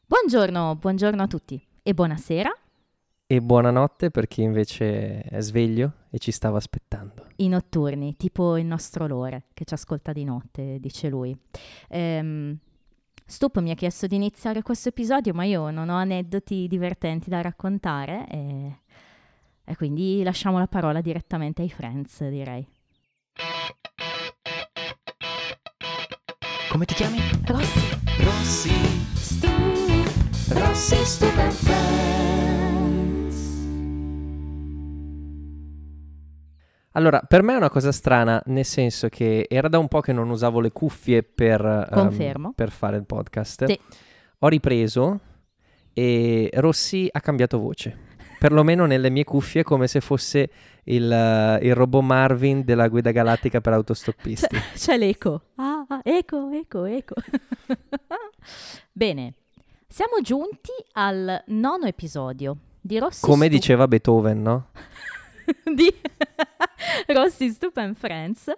Buongiorno a tutti e buonasera. E buonanotte per chi invece è sveglio e ci stava aspettando. I notturni, tipo il nostro Lore che ci ascolta di notte, dice lui. Stup mi ha chiesto di iniziare questo episodio, ma io non ho aneddoti divertenti da raccontare e quindi lasciamo la parola direttamente ai friends, direi. Come ti chiami? Rossi, Rossi Stup and Friends. Allora, per me è una cosa strana, nel senso che era da un po' che non usavo le cuffie per fare il podcast. Sì. Ho ripreso e Rossi ha cambiato voce. Perlomeno nelle mie cuffie, come se fosse il robot Marvin della guida galattica per autostoppisti. C'è l'eco. Eco. Bene, siamo giunti al 9° episodio di Rossi Come diceva Beethoven, no? di Rossi Stup and Friends.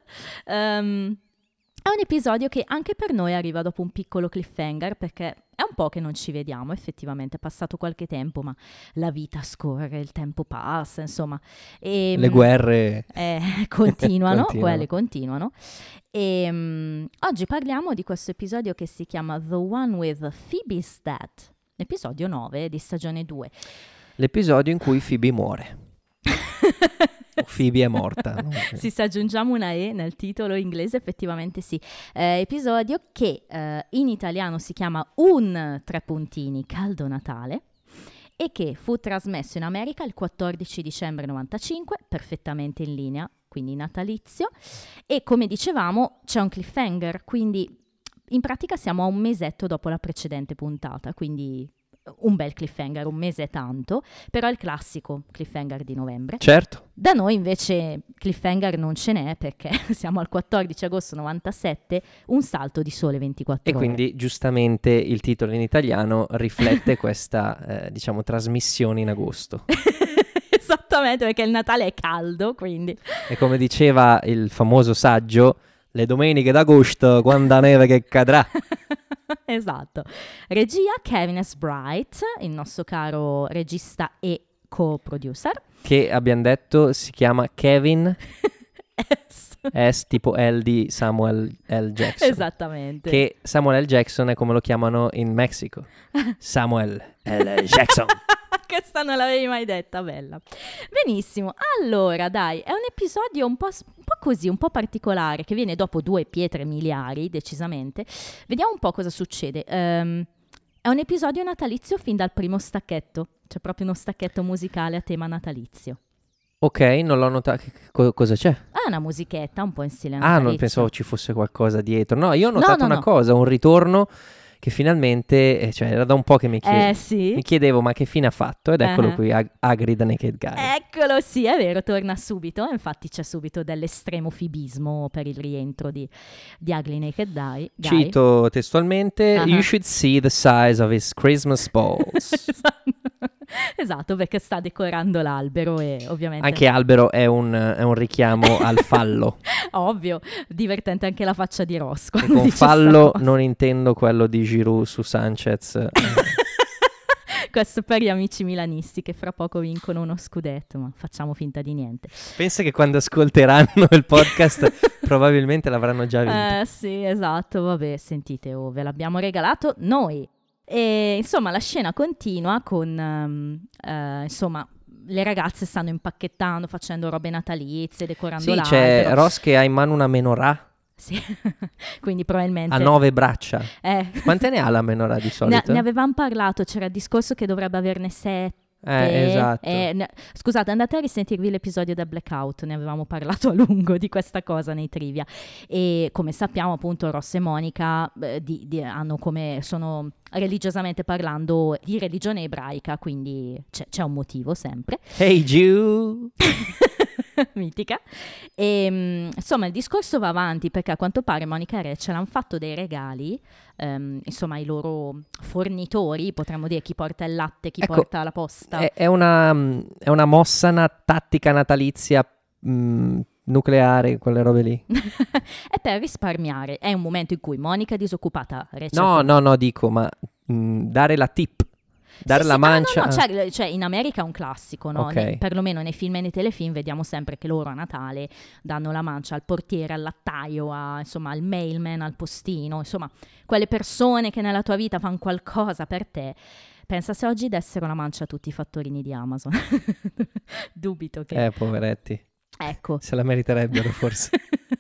È un episodio che anche per noi arriva dopo un piccolo cliffhanger, perché è un po' che non ci vediamo, effettivamente è passato qualche tempo, ma la vita scorre, il tempo passa, insomma. Le guerre continuano, quelle continuano. E oggi parliamo di questo episodio che si chiama The One with Phoebe's Dad, episodio 9 di stagione 2. L'episodio in cui Phoebe muore. Phoebe è morta. Sì, se aggiungiamo una E nel titolo inglese, effettivamente sì. Episodio che in italiano si chiama Un Caldo Natale e che fu trasmesso in America il 14 dicembre 95, perfettamente in linea, quindi natalizio. E come dicevamo c'è un cliffhanger, quindi in pratica siamo a un mesetto dopo la precedente puntata, quindi un bel cliffhanger, un mese è tanto, però è il classico cliffhanger di novembre. Certo. Da noi invece cliffhanger non ce n'è, perché siamo al 14 agosto 97, un salto di sole 24 ore. E quindi giustamente il titolo in italiano riflette questa, trasmissione in agosto. Esattamente, perché il Natale è caldo, quindi. E come diceva il famoso saggio, le domeniche d'agosto, quando neve che cadrà. Esatto. Regia Kevin S. Bright, il nostro caro regista e co-producer. Che abbiamo detto si chiama Kevin S tipo L di Samuel L. Jackson. Esattamente. Che Samuel L. Jackson è come lo chiamano in Messico. Samuel L. Jackson. Questa non l'avevi mai detta, bella. Benissimo, allora dai, è un episodio un po' così, un po' particolare, che viene dopo 2 pietre miliari, decisamente. Vediamo un po' cosa succede. È un episodio natalizio fin dal primo stacchetto, c'è proprio uno stacchetto musicale a tema natalizio. Ok, non l'ho notato. Cosa c'è? È una musichetta un po' in stile natalizio. Non pensavo ci fosse qualcosa dietro. No, io ho notato una cosa, un ritorno che finalmente, era da un po' che mi chiedevo ma che fine ha fatto, ed eccolo qui, Agri the Naked Guy. Eccolo, sì, è vero, torna subito, infatti c'è subito dell'estremo fibismo per il rientro di Ugly Naked Guy. Cito testualmente, You should see the size of his Christmas balls. Esatto, perché sta decorando l'albero e ovviamente... Anche albero è un richiamo al fallo. Ovvio, divertente anche la faccia di Rosco. E con fallo non intendo quello di Giroud su Sanchez. Questo per gli amici milanisti che fra poco vincono uno scudetto, ma facciamo finta di niente. Pensa che quando ascolteranno il podcast probabilmente l'avranno già vinto. Sì, esatto, vabbè, sentite, ve l'abbiamo regalato noi. E insomma la scena continua con le ragazze stanno impacchettando, facendo robe natalizie, decorando l'albero. C'è Ross che ha in mano una menorah. Sì, quindi probabilmente... Ha 9 braccia. Quante ne ha la menorah di solito? Ne avevamo parlato, c'era il discorso che dovrebbe averne 7. Esatto. Scusate, andate a risentirvi l'episodio del Blackout, ne avevamo parlato a lungo di questa cosa nei trivia. E come sappiamo, appunto, Ross e Monica sono religiosamente parlando di religione ebraica, quindi c'è un motivo sempre. Hey Jew! Mitica. E insomma il discorso va avanti, perché a quanto pare Monica e Rachel hanno fatto dei regali, ai loro fornitori, potremmo dire, chi porta il latte, chi porta la posta. È una mossa tattica natalizia nucleare, quelle robe lì. È per risparmiare. È un momento in cui Monica è disoccupata. Rachel No, dico, ma dare la tip, dare Sì, la sì, mancia. no, cioè in America è un classico, no? Ok. Perlomeno nei film e nei telefilm vediamo sempre che loro a Natale danno la mancia al portiere, al lattaio, insomma al mailman, al postino, insomma quelle persone che nella tua vita fanno qualcosa per te. Pensa se oggi dessero la mancia a tutti i fattorini di Amazon. Dubito che... Poveretti. Ecco. Se la meriterebbero forse.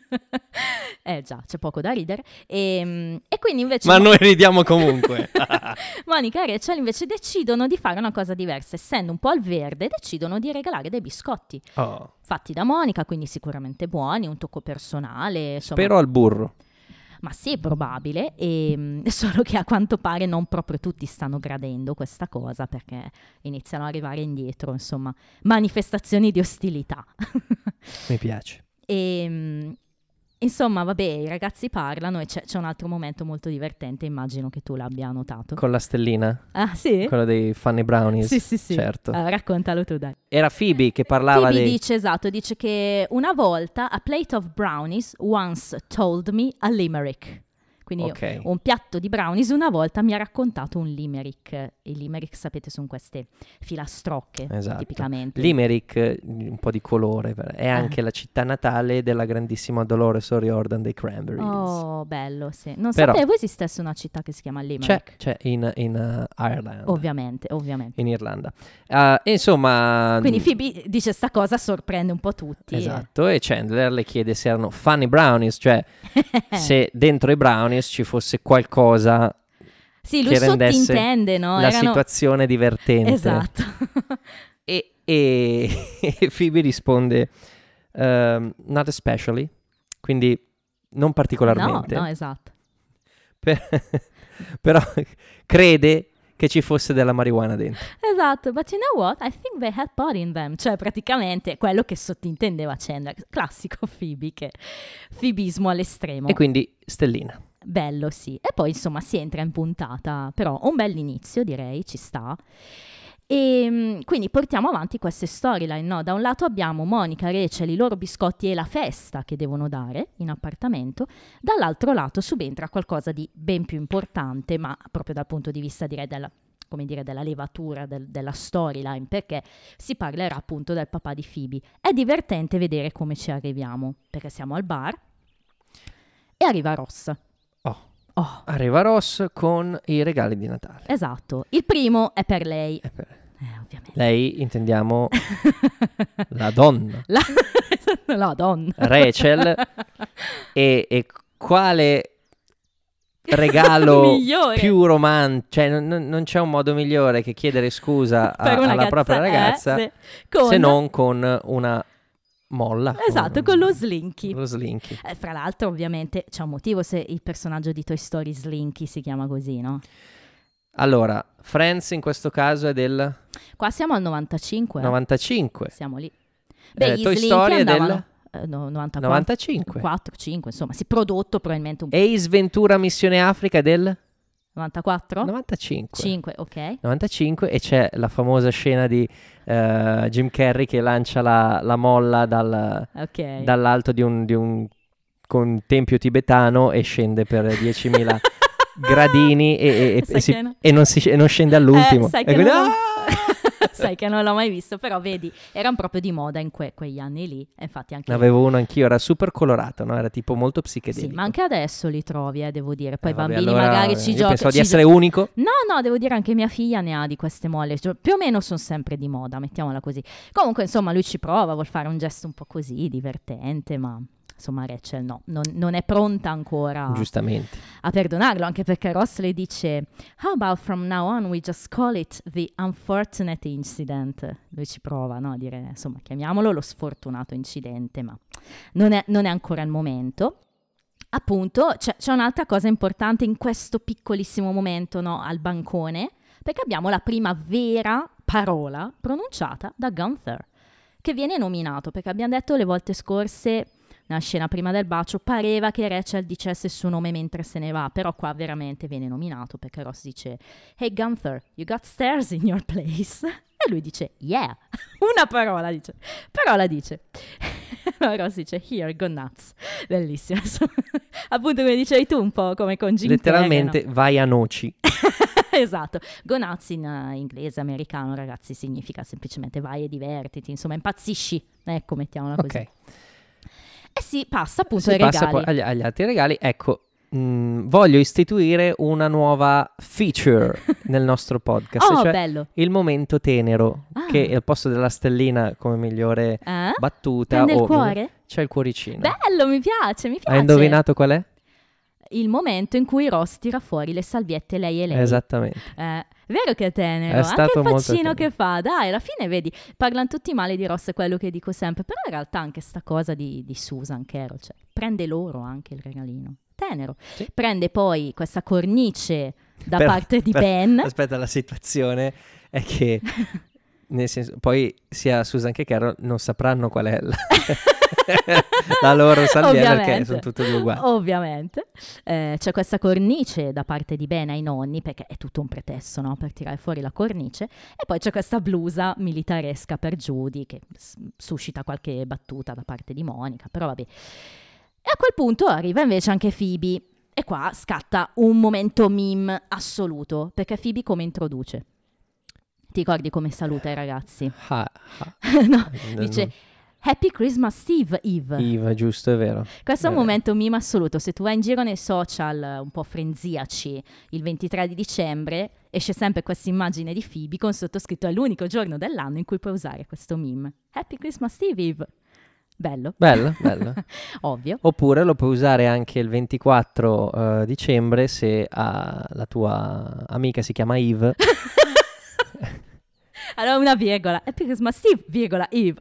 Già, c'è poco da ridere. E quindi invece... Ma noi ridiamo comunque. Monica e Rachel invece decidono di fare una cosa diversa. Essendo un po' al verde, decidono di regalare dei biscotti. Oh. Fatti da Monica, quindi sicuramente buoni, un tocco personale. Insomma. Spero al burro. Ma sì, è probabile, solo che a quanto pare non proprio tutti stanno gradendo questa cosa, perché iniziano ad arrivare indietro, insomma, manifestazioni di ostilità. Mi piace. Insomma, vabbè, i ragazzi parlano e c'è un altro momento molto divertente, immagino che tu l'abbia notato. Con la stellina? Ah, sì? Quello dei Funny Brownies? Sì. Certo. Raccontalo tu, dai. Era Phoebe che parlava Phoebe dice che una volta a plate of brownies once told me a limerick. Quindi Ok. un piatto di brownies una volta mi ha raccontato un limerick. I limerick, sapete, sono queste filastrocche, Esatto. tipicamente. Limerick, un po' di colore, è anche la città natale della grandissima Dolores O'Riordan dei Cranberries. Oh, bello, sì. Non Però sapevo esistesse una città che si chiama Limerick. C'è in Ireland. Ovviamente. In Irlanda. Insomma... Quindi Phoebe dice sta cosa, sorprende un po' tutti. Esatto, e Chandler le chiede se erano funny brownies, cioè se dentro i brownies ci fosse qualcosa sì, lui che rendesse sottintende, no? la situazione divertente. Esatto. E Phoebe risponde not especially, quindi non particolarmente. No, esatto. Però crede che ci fosse della marijuana dentro. Esatto, but you know what? I think they had pot in them. Cioè, praticamente quello che sottintendeva Chandler. Classico Phoebe, che Phoebismo all'estremo. E quindi stellina. Bello, sì. E poi, insomma, si entra in puntata. Però un bell'inizio, direi, ci sta. E quindi portiamo avanti queste storyline, no? Da un lato abbiamo Monica, Rachel, i loro biscotti e la festa che devono dare in appartamento, dall'altro lato subentra qualcosa di ben più importante, ma proprio dal punto di vista, direi, della levatura della storyline, perché si parlerà appunto del papà di Phoebe. È divertente vedere come ci arriviamo, perché siamo al bar e arriva Ross. Oh. Arriva Ross con i regali di Natale. Esatto, il primo è per lei. Ovviamente. Lei, intendiamo, la donna. La donna. Rachel. E quale regalo più romantico, cioè non c'è un modo migliore che chiedere scusa alla propria ragazza se non con una molla. Esatto, con lo Slinky. Lo Slinky. Fra l'altro, ovviamente, c'è un motivo se il personaggio di Toy Story Slinky si chiama così, no? Allora, Friends in questo caso è del... Qua siamo al 95. 95. Siamo lì. Beh, Toy Story è del... 94, 95. 4, 5, insomma, si prodotto probabilmente un po'. Ace Ventura Missione Africa è del... 94? 95. 5, ok. 95, e c'è la famosa scena di Jim Carrey che lancia la molla dall'alto di un con tempio tibetano e scende per 10.000 gradini e non scende all'ultimo. Sai che non l'ho mai visto, però vedi, erano proprio di moda in quegli anni lì. Infatti anche avevo uno anch'io, era super colorato, no? Era tipo molto psichedelico. Sì, ma anche adesso li trovi, devo dire. Poi i vabbè, bambini allora, magari ci giocano. Pensavo di essere unico. No, devo dire anche mia figlia ne ha di queste molle. Cioè, più o meno sono sempre di moda, mettiamola così. Comunque, insomma, lui ci prova, vuol fare un gesto un po' così, divertente, ma... Insomma, Rachel no, non è pronta ancora giustamente a perdonarlo, anche perché Ross le dice how about from now on we just call it the unfortunate incident. Lui ci prova, no, a dire, insomma, chiamiamolo lo sfortunato incidente, ma non è ancora il momento. Appunto, c'è un'altra cosa importante in questo piccolissimo momento, no, al bancone, perché abbiamo la prima vera parola pronunciata da Gunther, che viene nominato, perché abbiamo detto le volte scorse... Una scena prima del bacio, pareva che Rachel dicesse il suo nome mentre se ne va, però qua veramente viene nominato perché Ross dice hey Gunther, you got stairs in your place? E lui dice yeah, una parola dice, però la dice. No, Ross dice here, go nuts. Bellissimo. Appunto come dicevi tu, un po' come con Jim letteralmente Carrey, no? Vai a noci. Esatto, go nuts in inglese americano, ragazzi, significa semplicemente vai e divertiti, insomma impazzisci, ecco, mettiamola così. Ok. E si passa appunto ai regali. Passa poi agli altri regali. Ecco, voglio istituire una nuova feature nel nostro podcast, cioè bello. il momento tenero, che al posto della stellina come migliore battuta prende il cuore? C'è il cuoricino. Bello, mi piace. Hai indovinato qual è? Il momento in cui Ross tira fuori le salviette lei e lei. Esattamente. Vero che è tenero, È stato anche il molto faccino tenero. che fa, dai, alla fine vedi, parlano tutti male di Ross, è quello che dico sempre, però in realtà anche sta cosa di Susan Carol, cioè prende loro anche il regalino, tenero. Sì. Prende poi questa cornice da parte di Ben. Aspetta, la situazione è che nel senso, poi sia Susan che Carol non sapranno qual è la loro salvietta, perché sono tutte due uguali. Ovviamente. C'è questa cornice da parte di Ben ai nonni, perché è tutto un pretesto, no? Per tirare fuori la cornice. E poi c'è questa blusa militaresca per Judy, che suscita qualche battuta da parte di Monica, però vabbè. E a quel punto arriva invece anche Phoebe. E qua scatta un momento meme assoluto, perché Phoebe come introduce? Ti ricordi come saluta i ragazzi? No, dice Happy Christmas Eve, Eve. Eve, giusto, è vero. Questo è un momento meme assoluto. Se tu vai in giro nei social un po' frenziaci il 23 di dicembre, esce sempre questa immagine di Phoebe con sottoscritto è l'unico giorno dell'anno in cui puoi usare questo meme. Happy Christmas Eve, Eve. Bello. Bello. Ovvio. Oppure lo puoi usare anche il 24 dicembre se la tua amica si chiama Eve. Allora una virgola. Happy Christmas Eve, virgola, Eve.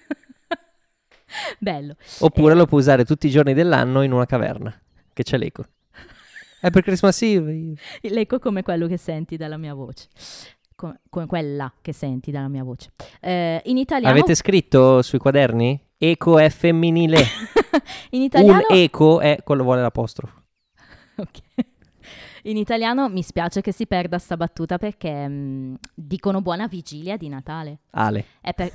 Bello. Oppure lo puoi usare tutti i giorni dell'anno in una caverna, che c'è l'eco. Happy Christmas Eve. L'eco come quello che senti dalla mia voce. Come quella che senti dalla mia voce. In italiano... Avete scritto sui quaderni? Eco è femminile. In italiano... Un eco è quello vuole l'apostrofo. Ok. In italiano mi spiace che si perda sta battuta perché dicono buona vigilia di Natale. Ale. È per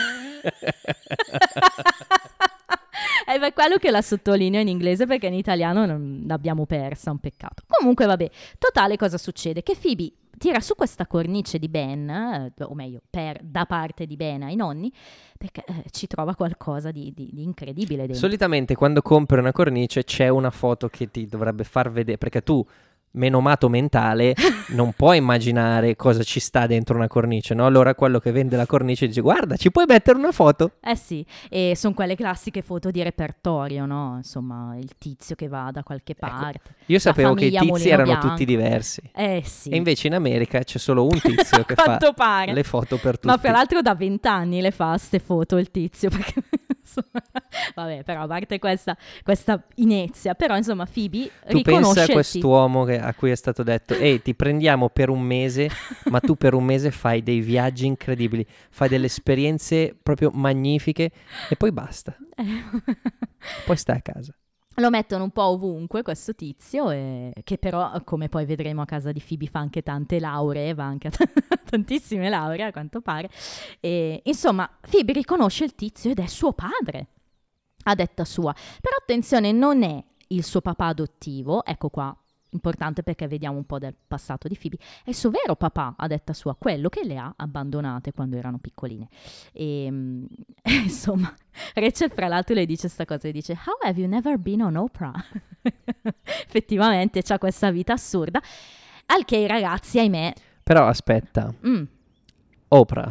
quello che la sottolineo in inglese, perché in italiano non l'abbiamo persa, un peccato. Comunque vabbè, totale, cosa succede? Che Phoebe tira su questa cornice di Ben, o meglio, da parte di Ben ai nonni, perché ci trova qualcosa di incredibile dentro. Solitamente quando compri una cornice c'è una foto che ti dovrebbe far vedere, perché tu, menomato mentale, non puoi immaginare cosa ci sta dentro una cornice, no? Allora quello che vende la cornice dice guarda, ci puoi mettere una foto? Sì, e sono quelle classiche foto di repertorio, no? Insomma, il tizio che va da qualche parte. Ecco, io sapevo che i tizi Mulino erano Bianco. tutti diversi. Sì. E invece in America c'è solo un tizio che fa pare. le foto per tutti. Ma fra l'altro da 20 anni le fa ste foto il tizio, perché vabbè, però a parte questa inezia, però insomma Phoebe tu riconosce pensa a quest'uomo a cui è stato detto ehi, ti prendiamo per un mese, ma tu per un mese fai dei viaggi incredibili, fai delle esperienze proprio magnifiche e poi basta, poi stai a casa. Lo mettono un po' ovunque questo tizio, che però, come poi vedremo, a casa di Phoebe fa anche tante lauree, va anche a tantissime lauree a quanto pare. E, insomma, Phoebe riconosce il tizio ed è suo padre, a detta sua. Però attenzione, non è il suo papà adottivo, ecco qua, importante perché vediamo un po' del passato di Phoebe, è il suo vero papà, a detta sua, quello che le ha abbandonate quando erano piccoline. E insomma, Rachel fra l'altro le dice sta cosa, le dice how have you never been on Oprah? Effettivamente c'ha questa vita assurda, al che i ragazzi, ahimè... Però aspetta, Oprah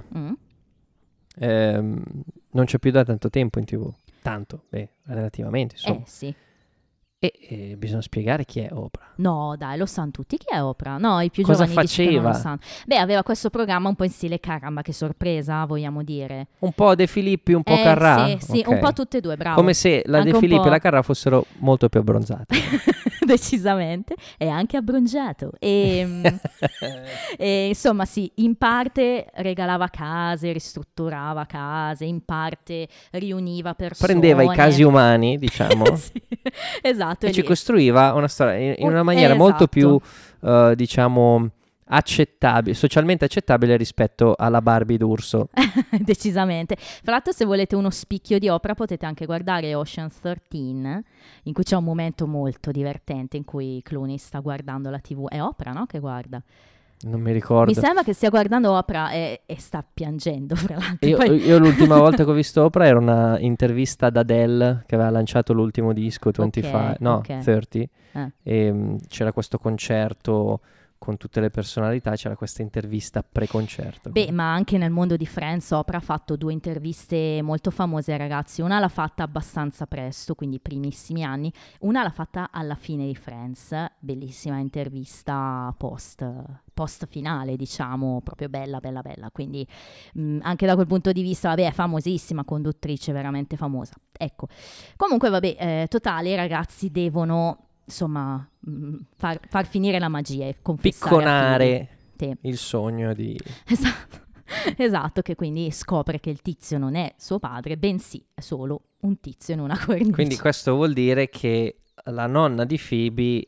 non c'è più da tanto tempo in TV, relativamente, insomma. Sì. E bisogna spiegare chi è Oprah. No, dai, lo sanno tutti chi è Oprah. No, i più Cosa giovani dicono che non lo faceva? sanno. Beh, aveva questo programma un po' in stile Caramba, che sorpresa, vogliamo dire. Un po' De Filippi, un po' Carrà? Sì, Ok. un po' tutte e due, bravo. Come se la Anche De un Filippi po'. e la Carrà fossero molto più abbronzate. Decisamente, è anche abbronzato. E insomma, sì, in parte regalava case, ristrutturava case, in parte riuniva persone. Prendeva i casi umani, diciamo, Sì, esatto. e ci lì. costruiva una storia in una maniera Esatto. molto più, diciamo, socialmente accettabile rispetto alla Barbie d'urso. Decisamente. Fra l'altro, se volete uno spicchio di Oprah potete anche guardare Ocean's 13, in cui c'è un momento molto divertente in cui Clooney sta guardando la TV. È Oprah, no? Che guarda. Non mi ricordo. Mi sembra che stia guardando Oprah e sta piangendo, fra l'altro. Io l'ultima volta che ho visto Oprah era una intervista ad Adele che aveva lanciato l'ultimo disco, 30. E c'era questo concerto con tutte le personalità, c'era questa intervista pre-concerto. Beh, ma anche nel mondo di Friends Oprah ha fatto 2 interviste molto famose ai ragazzi. Una l'ha fatta abbastanza presto, quindi primissimi anni. Una l'ha fatta alla fine di Friends, bellissima intervista post finale, diciamo, proprio bella. Quindi anche da quel punto di vista, vabbè, è famosissima, conduttrice veramente famosa. Ecco, comunque vabbè, totale, i ragazzi devono... insomma, far finire la magia e picconare il sogno di... Esatto, che quindi scopre che il tizio non è suo padre, bensì è solo un tizio in una cornice. Quindi questo vuol dire che la nonna di Phoebe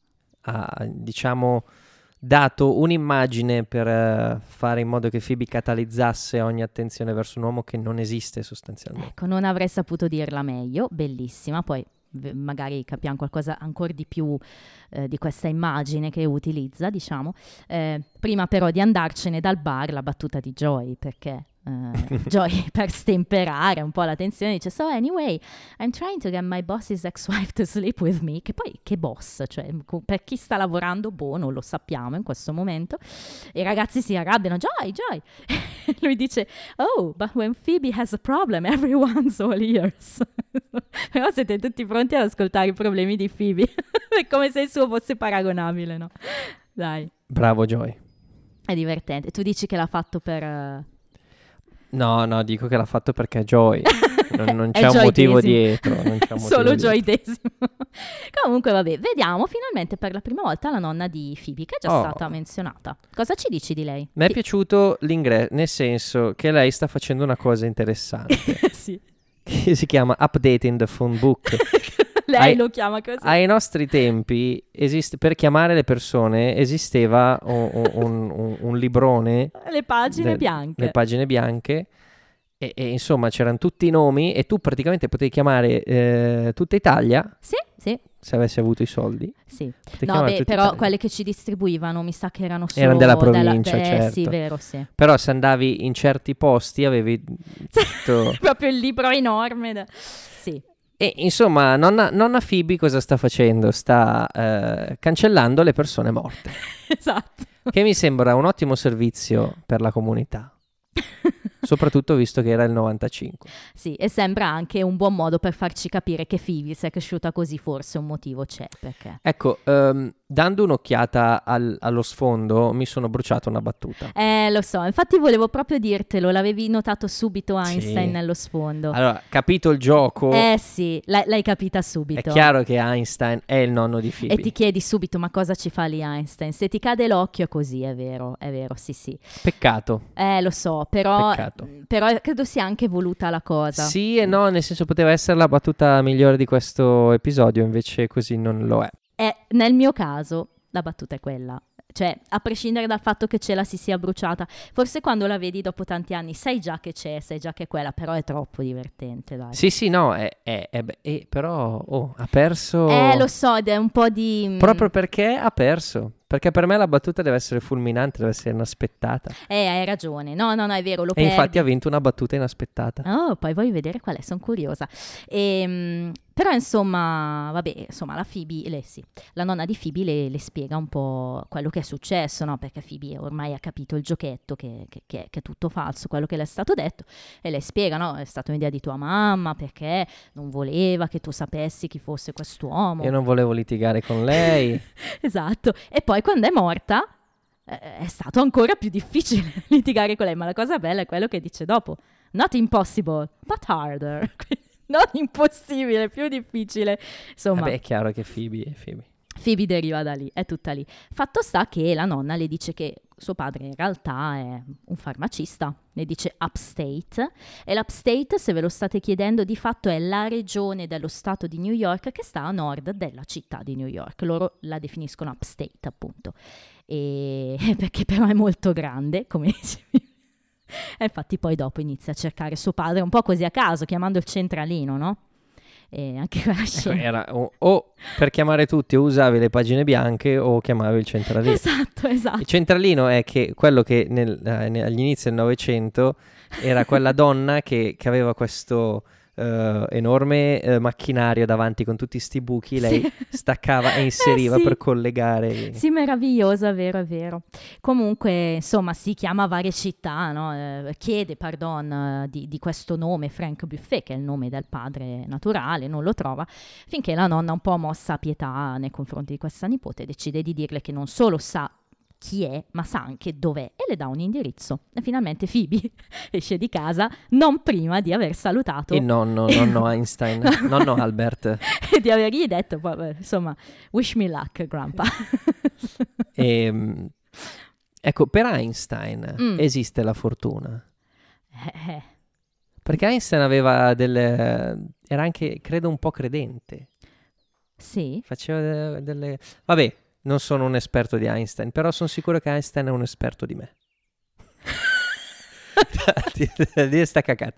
ha, diciamo, dato un'immagine per fare in modo che Phoebe catalizzasse ogni attenzione verso un uomo che non esiste sostanzialmente. Ecco, non avrei saputo dirla meglio, bellissima, poi magari capiamo qualcosa ancora di più di questa immagine che utilizza, diciamo. Prima però di andarcene dal bar, la battuta di Joy, perché Joy, per stemperare un po' la tensione, dice: so anyway, I'm trying to get my boss's ex-wife to sleep with me. Che poi, che boss? Cioè, per chi sta lavorando, non lo sappiamo in questo momento. E i ragazzi si arrabbiano: Joy! Lui dice: oh, but when Phoebe has a problem, everyone's all ears. Però siete tutti pronti ad ascoltare i problemi di Phoebe. È come se il suo fosse paragonabile, no? Dai. Bravo Joy. È divertente. Tu dici che l'ha fatto per... No, dico che l'ha fatto perché è Joy. Non c'è un motivo dietro. Solo Joy Desimo. Comunque vabbè, vediamo finalmente per la prima volta la nonna di Phoebe, che è già stata menzionata. Cosa ci dici di lei? Mi è piaciuto l'ingresso, nel senso che lei sta facendo una cosa interessante. Sì. Che si chiama Updating the Phone Book. Lei lo chiama così. Ai nostri tempi, per chiamare le persone esisteva un librone. Le pagine bianche. Le pagine bianche. E insomma c'erano tutti i nomi e tu praticamente potevi chiamare tutta Italia. Sì. Se avessi avuto i soldi. Sì. No, beh, però Italia. Quelle che ci distribuivano mi sa che erano solo... Erano della provincia, certo. Sì, vero, sì. Però se andavi in certi posti avevi tutto... Proprio il libro enorme. Sì. E insomma, nonna Phoebe cosa sta facendo? Sta cancellando le persone morte. Esatto. Che mi sembra un ottimo servizio per la comunità. Soprattutto visto che era il 95. Sì, e sembra anche un buon modo per farci capire che Phoebe, se è cresciuta così, forse un motivo c'è. Perché? Ecco, dando un'occhiata allo sfondo, mi sono bruciato una battuta. Lo so, infatti volevo proprio dirtelo, l'avevi notato subito Einstein nello sfondo. Allora, capito il gioco? Sì, l'hai capita subito. È chiaro che Einstein è il nonno di Phoebe. E ti chiedi subito, ma cosa ci fa lì Einstein? Se ti cade l'occhio è così, è vero, sì. Peccato. Lo so, però Peccato. Però credo sia anche voluta la cosa. Sì e no, nel senso poteva essere la battuta migliore di questo episodio, invece così non lo è. Nel mio caso la battuta è quella. Cioè, a prescindere dal fatto che ce la si sia bruciata, forse quando la vedi dopo tanti anni sai già che c'è, sai già che è quella, però è troppo divertente, dai. Sì, no, però ha perso... Lo so, ed è un po' di... Proprio perché ha perso. Perché per me la battuta deve essere fulminante, deve essere inaspettata. Hai ragione. No, è vero, lo E perdi. infatti ha vinto una battuta inaspettata. Oh, poi vuoi vedere qual è, sono curiosa. Però insomma, vabbè, la Phoebe, la nonna di Phoebe le spiega un po' quello che è successo, no? Perché Phoebe ormai ha capito il giochetto, che è tutto falso, quello che le è stato detto, e le spiega, no? È stata un'idea di tua mamma, perché non voleva che tu sapessi chi fosse quest'uomo. Io non volevo litigare con lei. Esatto. E poi quando è morta è stato ancora più difficile litigare con lei, ma la cosa bella è quello che dice dopo: not impossible, but harder. Non impossibile, più difficile. Insomma, vabbè, è chiaro che Phoebe è Phoebe. Phoebe deriva da lì, è tutta lì. Fatto sta che la nonna le dice che suo padre in realtà è un farmacista, le dice upstate, e l'upstate, se ve lo state chiedendo, di fatto è la regione dello stato di New York che sta a nord della città di New York. Loro la definiscono upstate, appunto. e perché però è molto grande, come dicevi. E infatti poi dopo inizia a cercare suo padre un po' così a caso, chiamando il centralino, no? E anche quella scena. Era o per chiamare tutti o usavi le pagine bianche o chiamavi il centralino. Esatto. Il centralino è quello che agli inizi del Novecento era quella donna che aveva questo enorme macchinario davanti con tutti sti buchi. Lei staccava e inseriva per collegare. Sì, meravigliosa, è vero. Comunque, insomma, si chiama varie città, no? Chiede pardon di questo nome, Frank Buffet, che è il nome del padre naturale, non lo trova, finché la nonna, un po' mossa a pietà nei confronti di questa nipote, decide di dirle che non solo sa chi è, ma sa anche dov'è, e le dà un indirizzo. E finalmente Phoebe esce di casa non prima di aver salutato il nonno Einstein, nonno Albert, e di avergli detto, insomma, wish me luck, grandpa. Ecco, per Einstein esiste la fortuna. Perché Einstein aveva era anche, credo, un po' credente. Sì. Faceva delle... Vabbè, non sono un esperto di Einstein, però sono sicuro che Einstein è un esperto di me. Lì sta cacata.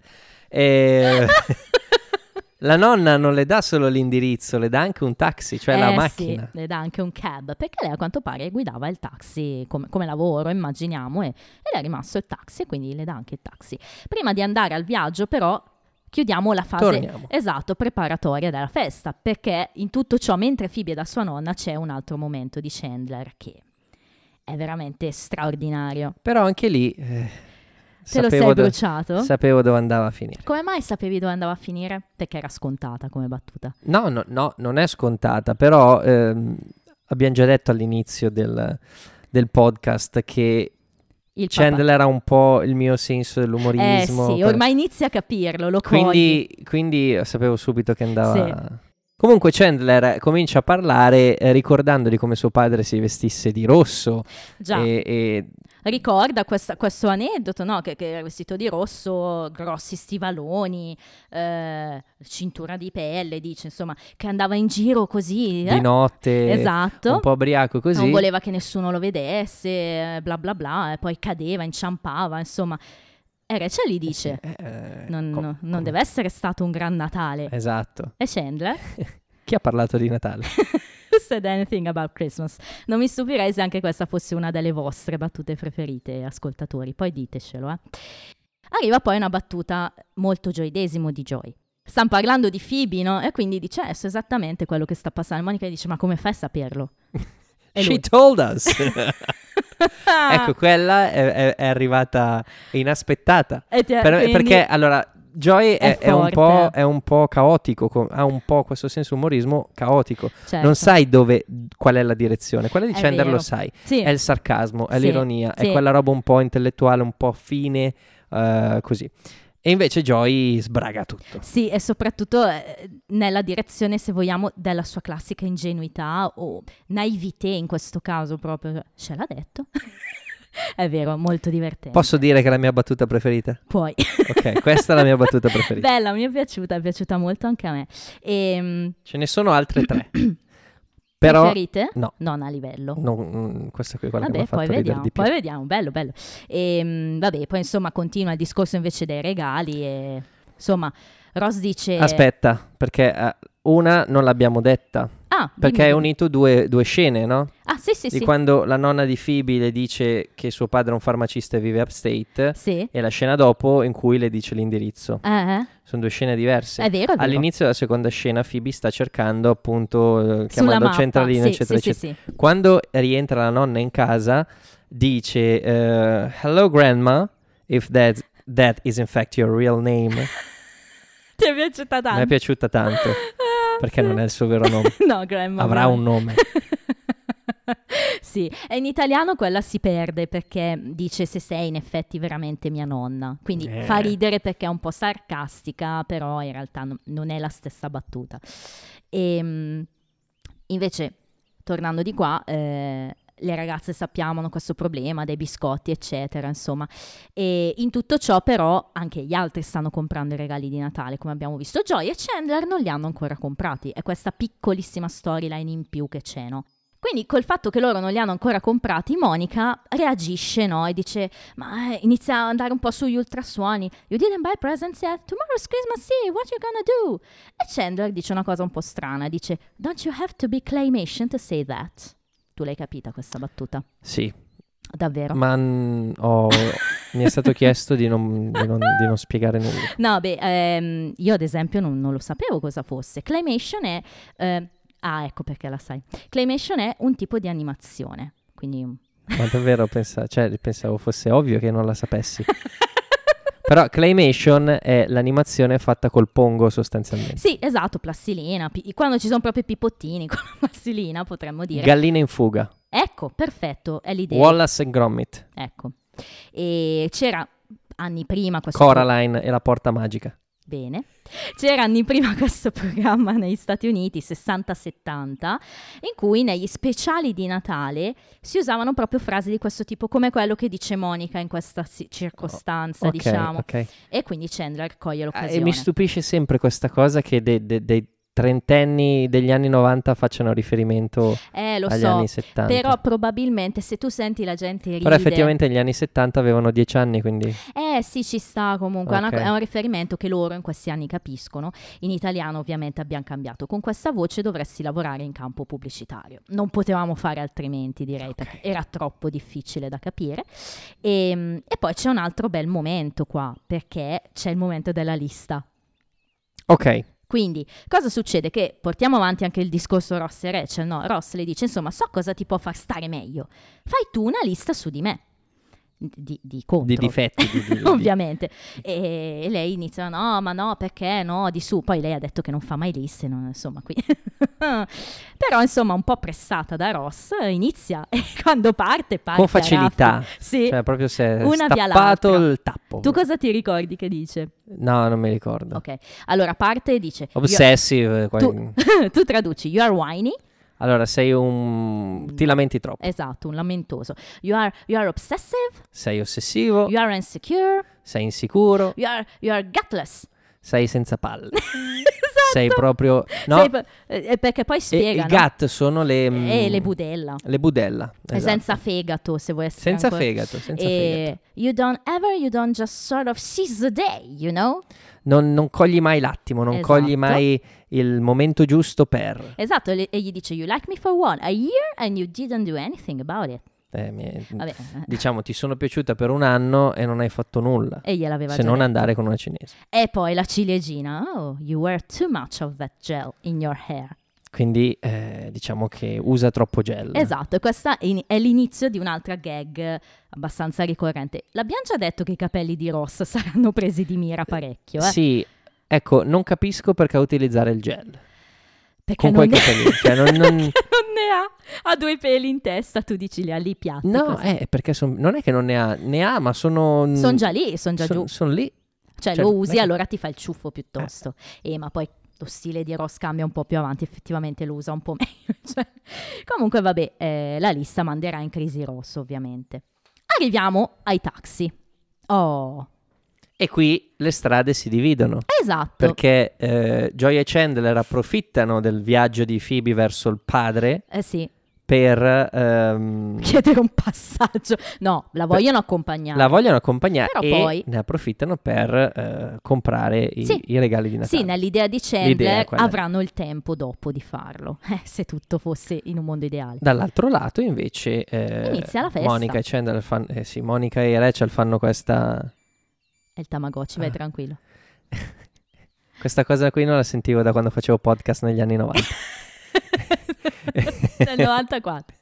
La nonna non le dà solo l'indirizzo, le dà anche un taxi, cioè la macchina. Sì, le dà anche un cab, perché lei a quanto pare guidava il taxi come lavoro, immaginiamo, e le è rimasto il taxi, e quindi le dà anche il taxi. Prima di andare al viaggio, però, chiudiamo la fase preparatoria della festa, perché in tutto ciò, mentre Phoebe è da sua nonna, c'è un altro momento di Chandler che è veramente straordinario. Però anche lì te lo sei bruciato? Sapevo dove andava a finire. Come mai sapevi dove andava a finire? Perché era scontata come battuta. No, non è scontata, però abbiamo già detto all'inizio del podcast che Chandler ha un po' il mio senso dell'umorismo. Sì, ormai inizia a capirlo, lo cogli. Quindi sapevo subito che andava... Sì. Comunque Chandler comincia a parlare ricordando di come suo padre si vestisse di rosso. Già. Ricorda questo aneddoto, no? Che era vestito di rosso, grossi stivaloni, cintura di pelle, dice, insomma, che andava in giro così. Di notte, esatto. Un po' ubriaco così. Non voleva che nessuno lo vedesse, bla bla bla, e poi cadeva, inciampava, insomma. E Rachel gli dice, non deve essere stato un gran Natale. Esatto. E Chandler? Chi ha parlato di Natale? Who said anything about Christmas? Non mi stupirei se anche questa fosse una delle vostre battute preferite, ascoltatori. Poi ditecelo, Arriva poi una battuta molto Joy Desimo di Joy. Stanno parlando di Phoebe, no? E quindi dice, so esattamente quello che sta passando. Monica dice, ma come fai a saperlo? She told us. Ecco, quella è arrivata inaspettata. Perché allora Joy è un po' caotico, ha un po' questo senso umorismo caotico. Certo. Non sai qual è la direzione. Quella di Chandler lo sai. Sì. È il sarcasmo, è l'ironia, è quella roba un po' intellettuale, un po' fine, così. E invece Joy sbraga tutto. Sì, e soprattutto nella direzione, se vogliamo, della sua classica ingenuità o naivete in questo caso proprio. Ce l'ha detto. È vero, molto divertente. Posso dire che è la mia battuta preferita? Puoi. Ok, questa è la mia battuta preferita. Bella, mi è piaciuta molto anche a me. Ce ne sono altre 3. Però, preferite? No. Non a livello. Questa qui è quella che mi ha fatto ridere di più. Poi vediamo, bello. Vabbè, poi insomma continua il discorso invece dei regali e insomma Ross dice... Aspetta, perché una non l'abbiamo detta. Perché hai unito due scene, no? Sì. Di quando la nonna di Phoebe le dice che suo padre è un farmacista e vive upstate. Sì. E la scena dopo in cui le dice l'indirizzo. Sono 2 scene diverse. È vero. All'inizio della seconda scena Phoebe sta cercando appunto chiamando il centralino, eccetera. Sì. Quando rientra la nonna in casa dice hello grandma, if that is in fact your real name. Ti è piaciuta tanto? Mi è piaciuta tanto. Perché non è il suo vero nome. No, grandma. Avrà un nome. Sì, e in italiano quella si perde perché dice se sei in effetti veramente mia nonna. Quindi fa ridere perché è un po' sarcastica, però in realtà non è la stessa battuta. E invece, tornando di qua... le ragazze sappiamo hanno questo problema dei biscotti eccetera, insomma, e in tutto ciò però anche gli altri stanno comprando i regali di Natale, come abbiamo visto. Joy e Chandler non li hanno ancora comprati, è questa piccolissima storyline in più che c'è, no? Quindi col fatto che loro non li hanno ancora comprati, Monica reagisce, no? E dice, ma inizia ad andare un po' sugli ultrasuoni. You didn't buy presents yet? Tomorrow's Christmas Eve, what you gonna do? E Chandler dice una cosa un po' strana, dice, don't you have to be claymation to say that? Tu l'hai capita questa battuta? Sì. Davvero? Ma mi è stato chiesto di non spiegare nulla. No, io ad esempio non lo sapevo cosa fosse. Claymation è... ecco perché la sai. Claymation è un tipo di animazione, quindi... Ma davvero pensavo fosse ovvio che non la sapessi. Però claymation è l'animazione fatta col pongo sostanzialmente. Sì, esatto, plastilina. Quando ci sono proprio i pipottini con la plastilina, potremmo dire. Galline in fuga. Ecco, perfetto, è l'idea. Wallace e Gromit. Ecco. E c'era anni prima questo... Coraline e la porta magica. Bene. C'era anni prima questo programma negli Stati Uniti, 60-70, in cui negli speciali di Natale si usavano proprio frasi di questo tipo, come quello che dice Monica in questa circostanza, diciamo. Okay. E quindi Chandler coglie l'occasione. E mi stupisce sempre questa cosa che dei trentenni degli anni 90 facciano riferimento agli anni 70. Però probabilmente se tu senti la gente ride... Però effettivamente gli anni 70 avevano 10 anni, quindi... sì, ci sta comunque, Okay. è un riferimento che loro in questi anni capiscono. In italiano ovviamente abbiamo cambiato. Con questa voce dovresti lavorare in campo pubblicitario. Non potevamo fare altrimenti, direi, perché era troppo difficile da capire. E poi c'è un altro bel momento qua, perché c'è il momento della lista. Ok. Quindi, cosa succede? Che portiamo avanti anche il discorso Ross e Rachel, no? Ross le dice, insomma, so cosa ti può far stare meglio. Fai tu una lista su di me. Di contro. Di difetti. Ovviamente. E lei inizia, no, ma no, perché no, di su. Poi lei ha detto che non fa mai liste, no? Insomma, qui. Però, insomma, un po' pressata da Ross, inizia e quando parte Con facilità. Sì. Cioè, proprio si è Una via stappato l'altra. il tappo. Tu cosa ti ricordi che dice? No, non mi ricordo. Ok, allora parte e dice... Obsessive. Tu traduci, you are whiny. Allora, ti lamenti troppo. Esatto, un lamentoso. You are obsessive. Sei ossessivo. You are insecure. Sei insicuro. You are gutless. Sei senza palle. Esatto. Sei proprio... No? Perché poi spiega, I gut sono le... le budella. Le budella. Esatto. Senza fegato, se vuoi essere senza fegato. You don't just sort of seize the day, you know? Non cogli mai l'attimo, non Esatto. cogli mai il momento giusto per... Esatto, e gli dice, you like me for a year and you didn't do anything about it. Vabbè. Diciamo, ti sono piaciuta per un anno e non hai fatto nulla. E gliel'aveva se già non detto. andare con una cinese. E poi la ciliegina, oh, you wear too much of that gel in your hair. Quindi diciamo che usa troppo gel. Esatto, e questa è l'inizio di un'altra gag abbastanza ricorrente. L'abbiamo già detto che i capelli di Ross saranno presi di mira parecchio. Sì, ecco, non capisco perché utilizzare il gel. Perché con quei capelli. Cioè, non ne ha 2 peli in testa, tu dici li ha lì piatti. No, perché non è che non ne ha, ma sono... Sono già lì, sono già giù. Sono lì. Cioè lo usi, allora ti fa il ciuffo piuttosto. Ma poi lo stile di Ross cambia un po' più avanti, effettivamente lo usa un po' meglio. Cioè, comunque vabbè, la lista manderà in crisi Ross, ovviamente. Arriviamo ai taxi. Oh. E qui le strade si dividono. Esatto. Perché Joy e Chandler approfittano del viaggio di Phoebe verso il padre. Sì. Per chiedere un passaggio. No, la vogliono accompagnare. La vogliono accompagnare. Però e poi ne approfittano per comprare i regali di Natale. Sì, nell'idea di Chandler avranno il tempo dopo di farlo. Se tutto fosse in un mondo ideale. Dall'altro lato invece inizia la festa. Monica e Chandler Monica e Rachel fanno questa... È il Tamagotchi, vai tranquillo. Questa cosa qui non la sentivo da quando facevo podcast negli anni 90. Nel 94.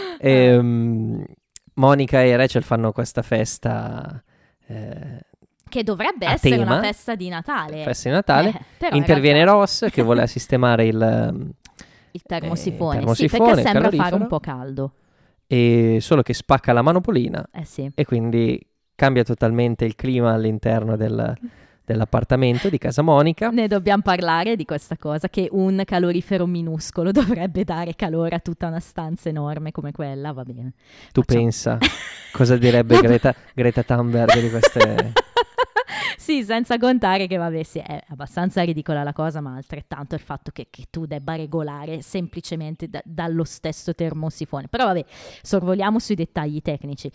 Monica e Rachel fanno questa festa che dovrebbe essere tema, una festa di Natale. Festa di Natale. Interviene Ross che vuole sistemare il termosifone. Sì, perché sembra fare un po' caldo. E solo che spacca la manopolina. Sì. E quindi cambia totalmente il clima all'interno dell'appartamento di casa Monica. Ne dobbiamo parlare di questa cosa, che un calorifero minuscolo dovrebbe dare calore a tutta una stanza enorme come quella, va bene. Tu pensa cosa direbbe Greta Thunberg di queste... Sì, senza contare che, vabbè, sì, è abbastanza ridicola la cosa, ma altrettanto il fatto che tu debba regolare semplicemente dallo stesso termosifone. Però vabbè, sorvoliamo sui dettagli tecnici.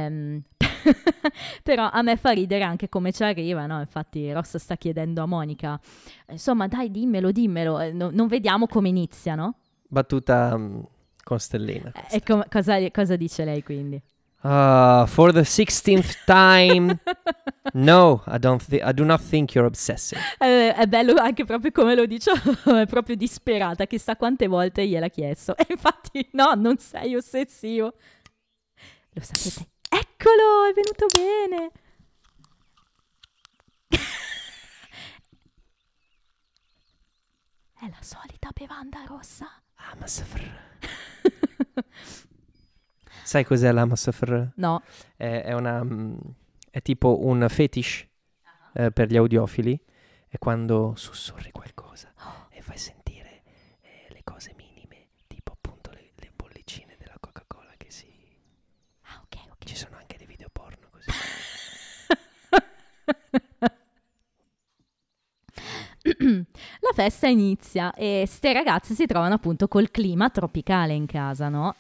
Però a me fa ridere anche come ci arriva, no? Infatti Ross sta chiedendo a Monica, insomma, dai, dimmelo, non vediamo come inizia, no? Battuta con stellina. E cosa dice lei quindi? For the 16th time, no, I do not think you're obsessive. È bello anche proprio come lo dice, è proprio disperata, chissà quante volte gliel'ha chiesto. E infatti, no, non sei ossessivo. Lo sapete? Eccolo, è venuto bene. È la solita bevanda rossa. Amasafr. Sai cos'è l'Amasafr? No. È tipo un fetish per gli audiofili. È quando sussurri qualcosa e fai sentire le cose minime, tipo appunto le bollicine della Coca-Cola che si... Ah, ok. Ci sono anche dei video porno così. La festa inizia e ste ragazze si trovano appunto col clima tropicale in casa, no?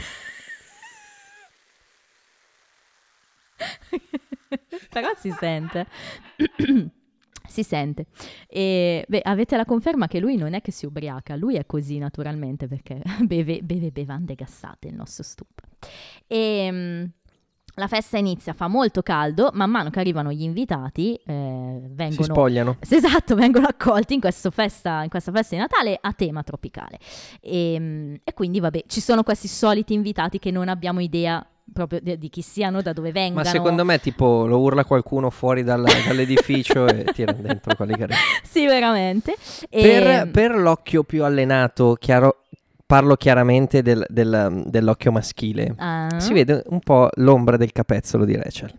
Però si sente. Si sente. E beh, avete la conferma che lui non è che si ubriaca, lui è così naturalmente perché beve bevande gassate il nostro Stup. E la festa inizia, fa molto caldo, man mano che arrivano gli invitati vengono... Si spogliano. Esatto, vengono accolti in questa festa di Natale a tema tropicale. E quindi vabbè, ci sono questi soliti invitati che non abbiamo idea proprio di chi siano, da dove vengano. Ma secondo me tipo lo urla qualcuno fuori dall'edificio e tira dentro quelli che arrivano. Sì, veramente. Per l'occhio più allenato, parlo chiaramente dell'occhio maschile. Si vede un po' l'ombra del capezzolo di Rachel.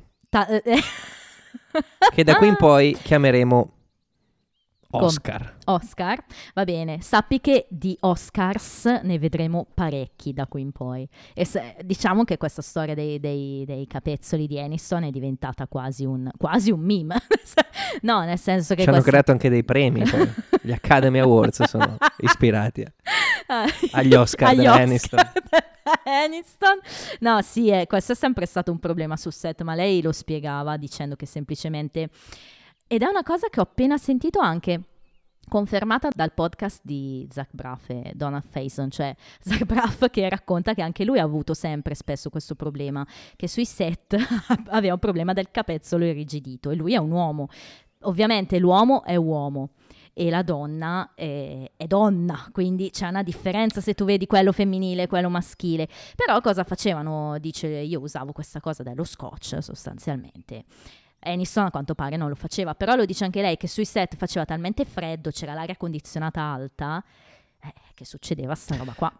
Che da qui in poi chiameremo Oscar. Oscar, va bene. Sappi che di Oscars ne vedremo parecchi da qui in poi. E diciamo che questa storia dei capezzoli di Aniston è diventata quasi un meme. No, nel senso che... Ci hanno creato anche dei premi. Poi. Gli Academy Awards sono ispirati agli Oscar di Aniston. Aniston. No, sì, questo è sempre stato un problema sul set, ma lei lo spiegava dicendo che semplicemente... Ed è una cosa che ho appena sentito anche confermata dal podcast di Zach Braff e Donald Faison, cioè Zach Braff che racconta che anche lui ha avuto sempre spesso questo problema, che sui set aveva un problema del capezzolo irrigidito e lui è un uomo. Ovviamente l'uomo è uomo e la donna è donna, quindi c'è una differenza se tu vedi quello femminile e quello maschile. Però cosa facevano? Dice, io usavo questa cosa dello scotch sostanzialmente. Aniston a quanto pare non lo faceva, però lo dice anche lei che sui set faceva talmente freddo, c'era l'aria condizionata alta, che succedeva sta roba qua.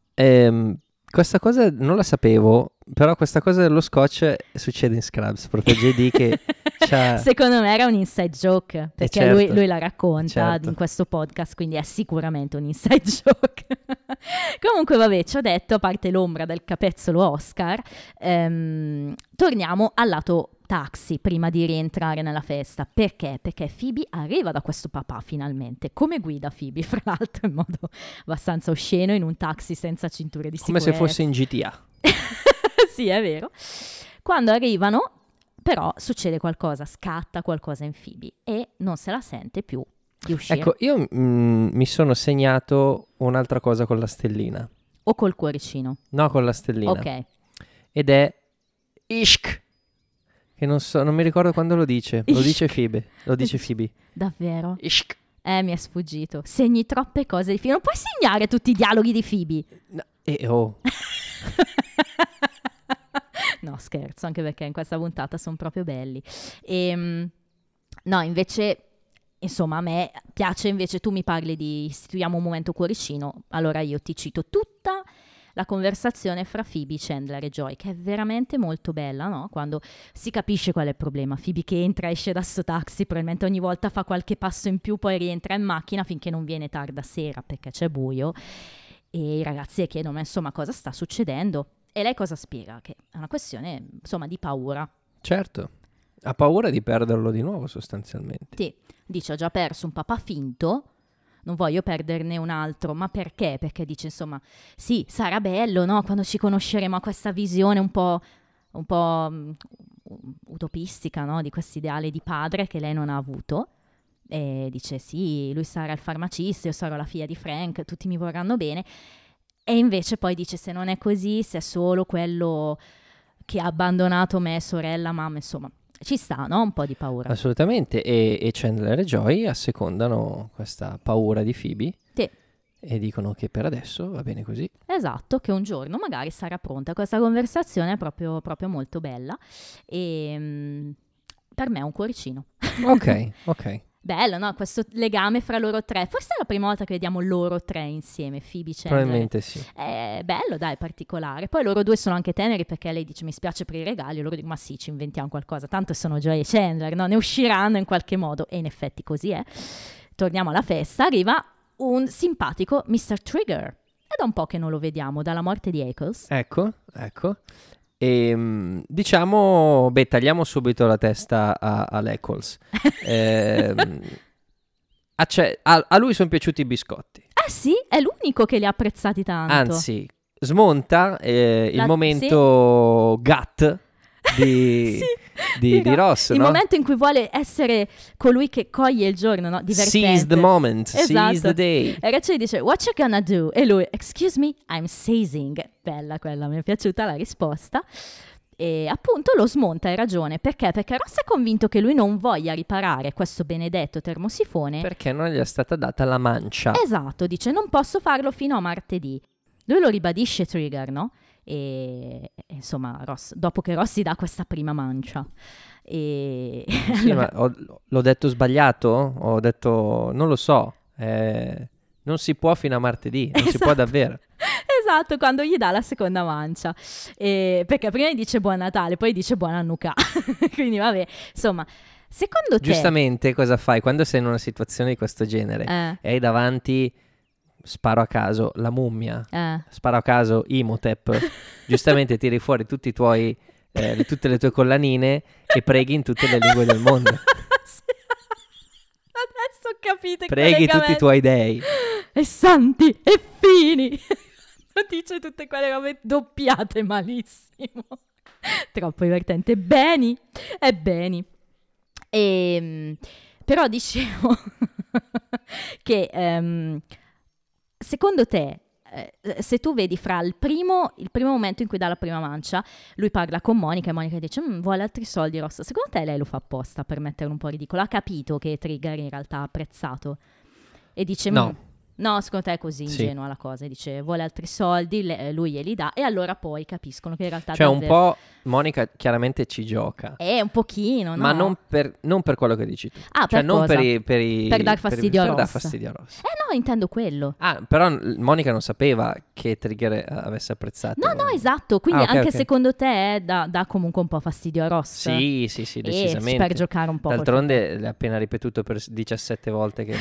Questa cosa non la sapevo, però questa cosa dello scotch succede in Scrubs, proprio JD che secondo me era un inside joke, perché certo, lui la racconta in questo podcast, quindi è sicuramente un inside joke. Comunque vabbè, ci ho detto, a parte l'ombra del capezzolo Oscar, torniamo al lato taxi prima di rientrare nella festa. Perché? Perché Phoebe arriva da questo papà finalmente. Come guida Phoebe, fra l'altro, in modo abbastanza osceno in un taxi senza cinture di sicurezza. Come se fosse in GTA. Sì, è vero. Quando arrivano, però, succede qualcosa, scatta qualcosa in Phoebe e non se la sente più di uscire. Ecco, io mi sono segnato un'altra cosa con la stellina. O col cuoricino? No, con la stellina. Ok. Ed è Ishk. Che non mi ricordo quando lo dice. Lo dice Phoebe. Lo dice Phoebe. Davvero? Ishk. Mi è sfuggito. Segni troppe cose di Phoebe. Non puoi segnare tutti i dialoghi di Phoebe. No, No, scherzo, anche perché in questa puntata sono proprio belli. No, invece, insomma, a me piace invece, tu mi parli di istituiamo un momento cuoricino, allora io ti cito tutta la conversazione fra Phoebe, Chandler e Joy, che è veramente molto bella, no? Quando si capisce qual è il problema. Phoebe che entra e esce da sto taxi, probabilmente ogni volta fa qualche passo in più, poi rientra in macchina finché non viene tarda sera, perché c'è buio. E i ragazzi le chiedono, ma insomma, cosa sta succedendo? E lei cosa spiega? Che è una questione, insomma, di paura. certo. Ha paura di perderlo di nuovo sostanzialmente. Sì, dice ho già perso un papà finto, non voglio perderne un altro, ma perché? Perché dice insomma, sì, sarà bello, no? Quando ci conosceremo a questa visione un po' utopistica, no? Di questo ideale di padre che lei non ha avuto. E dice sì, lui sarà il farmacista, io sarò la figlia di Frank, tutti mi vorranno bene. E invece poi dice se non è così, se è solo quello che ha abbandonato me, sorella, mamma, insomma. Ci sta, no? Un po' di paura. Assolutamente, e Chandler e Joy assecondano questa paura di Phoebe. Sì. E dicono che per adesso va bene così. Esatto, che un giorno magari sarà pronta. Questa conversazione è proprio molto bella e per me è un cuoricino. Ok. Bello, no? Questo legame fra loro tre. Forse è la prima volta che vediamo loro tre insieme, Phoebe, Chandler. Probabilmente sì. È bello, dai, particolare. Poi loro due sono anche teneri perché lei dice mi spiace per i regali, e loro dicono ma sì, ci inventiamo qualcosa. Tanto sono Joy e Chandler, no? Ne usciranno in qualche modo. E in effetti così è. Torniamo alla festa, arriva un simpatico Mr. Trigger. È da un po' che non lo vediamo, dalla morte di Eccles. Ecco. E diciamo, tagliamo subito la testa all'Eccles. A lui sono piaciuti i biscotti. Sì, è l'unico che li ha apprezzati tanto. Anzi, smonta il momento gut di Ross, il no? momento in cui vuole essere colui che coglie il giorno, no? Divertente. Seize the moment, esatto. Seize the day. E Rachel dice, what you gonna do? E lui, excuse me, I'm seizing. Bella quella, mi è piaciuta la risposta. E appunto lo smonta, hai ragione. Perché? Perché Ross è convinto che lui non voglia riparare questo benedetto termosifone. Perché non gli è stata data la mancia. Esatto, dice, non posso farlo fino a martedì. Lui lo ribadisce Trigger, no? E insomma, Ross, dopo che Ross si dà questa prima mancia. Sì, allora... ma l'ho detto sbagliato? Ho detto, non lo so, non si può fino a martedì, non si può davvero. Esatto, quando gli dà la seconda mancia. Perché prima gli dice buon Natale, poi dice buon Hanukkah. Quindi vabbè, insomma, secondo te... Giustamente cosa fai quando sei in una situazione di questo genere? E hai davanti... Sparo a caso la mummia, sparo a caso Imhotep, giustamente tiri fuori tutti i tuoi, tutte le tue collanine e preghi in tutte le lingue del mondo. Sì. Adesso capite. Preghi tutti i tuoi dei. E santi e fini. Dice tutte quelle robe doppiate malissimo. Troppo divertente. Beni. Però dicevo che... secondo te, se tu vedi fra il primo momento in cui dà la prima mancia, lui parla con Monica e Monica dice vuole altri soldi Ross, secondo te lei lo fa apposta per mettere un po' ridicolo? Ha capito che Trigger in realtà ha apprezzato e dice no, secondo te è così ingenua la cosa, e dice vuole altri soldi, lui glieli dà e allora poi capiscono che in realtà cioè davvero... un po' Monica chiaramente ci gioca un pochino, no? Ma non per quello che dici tu, cioè per non cosa? Per dar fastidio a Ross. Per dar fastidio a Ross. No, intendo quello. Però Monica non sapeva che Trigger avesse apprezzato. No, esatto, quindi anche secondo te dà comunque un po' fastidio a Ross? Sì, decisamente. Per giocare un po'. D'altronde l'ha appena ripetuto per 17 volte che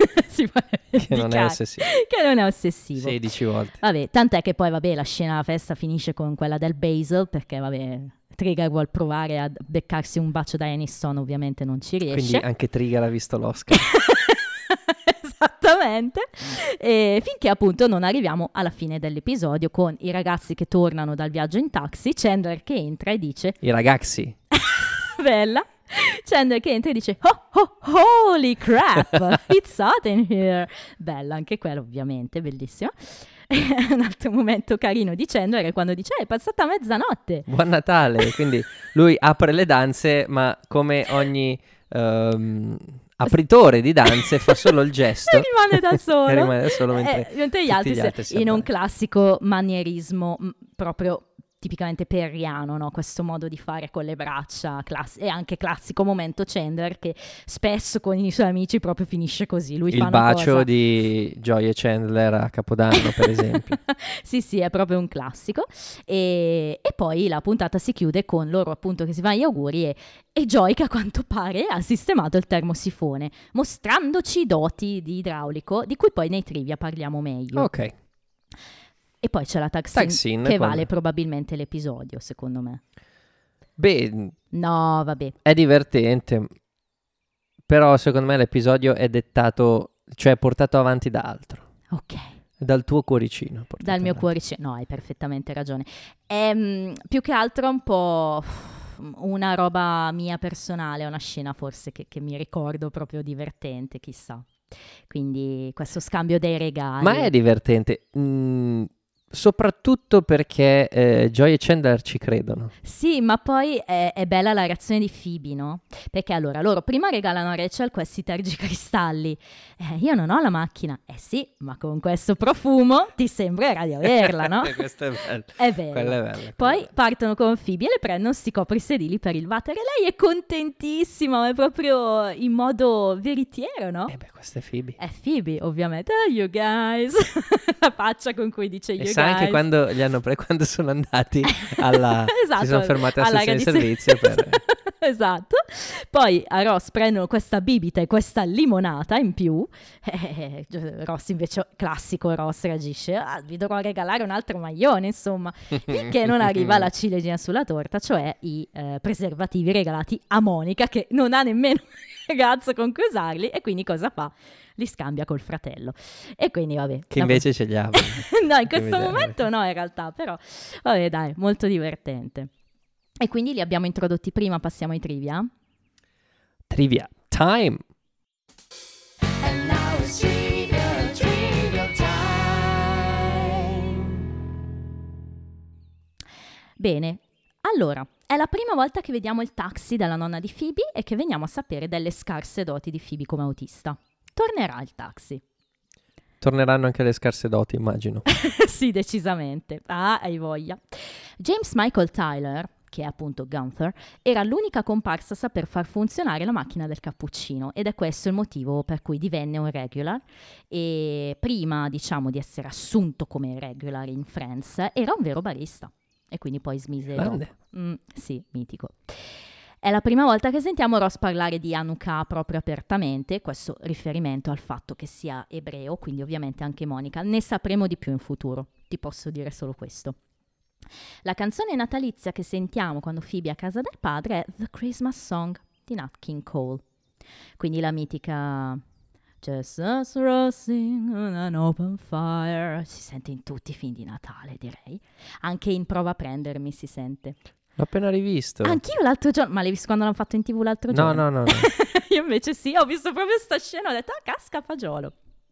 che non è ossessivo. Che non è ossessivo. 16 volte. Vabbè, tant'è che poi la scena della festa finisce con quella del Basil, perché Trigger vuol provare a beccarsi un bacio da Aniston, ovviamente non ci riesce. Quindi anche Trigger ha visto l'Oscar. Esattamente. E finché appunto non arriviamo alla fine dell'episodio con i ragazzi che tornano dal viaggio in taxi, Chandler che entra e dice i ragazzi. Bella. Chandler che entra e dice holy crap, it's hot in here. Bella anche quella, ovviamente, bellissima. Un altro momento carino di Chandler è quando dice è passata mezzanotte, buon Natale. Quindi lui apre le danze, ma come ogni apritore di danze fa solo il gesto e rimane da solo mentre gli altri in un classico manierismo proprio tipicamente perriano, no? Questo modo di fare con le braccia, e anche classico momento Chandler che spesso con i suoi amici proprio finisce così. Lui il fa bacio cosa... di Joy e Chandler a Capodanno, per esempio. Sì, è proprio un classico. E poi la puntata si chiude con loro appunto che si fanno gli auguri e Joy che a quanto pare ha sistemato il termosifone, mostrandoci doti di idraulico, di cui poi nei trivia parliamo meglio. Ok. E poi c'è la tag scene che vale probabilmente l'episodio, secondo me. Beh, no, vabbè. È divertente, però secondo me l'episodio è dettato, cioè portato avanti da altro. Ok. Dal tuo cuoricino. Dal mio cuoricino, no, hai perfettamente ragione. È più che altro un po' una roba mia personale, una scena forse che mi ricordo proprio divertente, chissà. Quindi questo scambio dei regali. Ma è divertente, soprattutto perché Joy e Chandler ci credono. Sì, ma poi è bella la reazione di Phoebe, no? Perché allora loro prima regalano a Rachel questi tergicristalli. Io non ho la macchina. Sì, ma con questo profumo ti sembrerà di averla, no? Questo è bello. È bello. Quello è bello. Poi partono con Phoebe e le prendono sti coprisedili per il water e lei è contentissima, è proprio in modo veritiero, no? Questa è Phoebe. È Phoebe, ovviamente. You guys. La faccia con cui dice you guys. Anche quando quando sono andati alla esatto, si sono fermati alla stazione di servizio per... Esatto. Poi a Ross prendono questa bibita e questa limonata in più. Ross invece, classico Ross, reagisce: vi dovrò regalare un altro maglione, insomma. Finché non arriva la ciliegina sulla torta, cioè i preservativi regalati a Monica, che non ha nemmeno ragazzo con cui usarli, e quindi cosa fa? Li scambia col fratello. E quindi vabbè. Che invece ce li ha. No, in questo momento no, in realtà, però vabbè, dai, molto divertente. E quindi li abbiamo introdotti prima, passiamo ai trivia. Trivia time! And now it's trivia time. Bene, allora, è la prima volta che vediamo il taxi della nonna di Phoebe e che veniamo a sapere delle scarse doti di Phoebe come autista. Tornerà il taxi. Torneranno anche le scarse doti, immagino. Sì, decisamente. Hai voglia. James Michael Tyler, che è appunto Gunther, era l'unica comparsa a saper far funzionare la macchina del cappuccino, ed è questo il motivo per cui divenne un regular. E prima, diciamo, di essere assunto come regular in Friends, era un vero barista. E quindi poi smise dopo. Sì, mitico. È la prima volta che sentiamo Ross parlare di Hanukkah proprio apertamente, questo riferimento al fatto che sia ebreo, quindi ovviamente anche Monica. Ne sapremo di più in futuro, ti posso dire solo questo. La canzone natalizia che sentiamo quando Phoebe è a casa del padre è The Christmas Song di Nat King Cole. Quindi la mitica Just us roasting on an open fire. Si sente in tutti i film di Natale, direi. Anche in Prova a prendermi si sente. L'ho appena rivisto. Anch'io l'altro giorno, ma l'hai visto quando l'hanno fatto in TV l'altro giorno? No. Io invece sì, ho visto proprio sta scena, ho detto, casca fagiolo.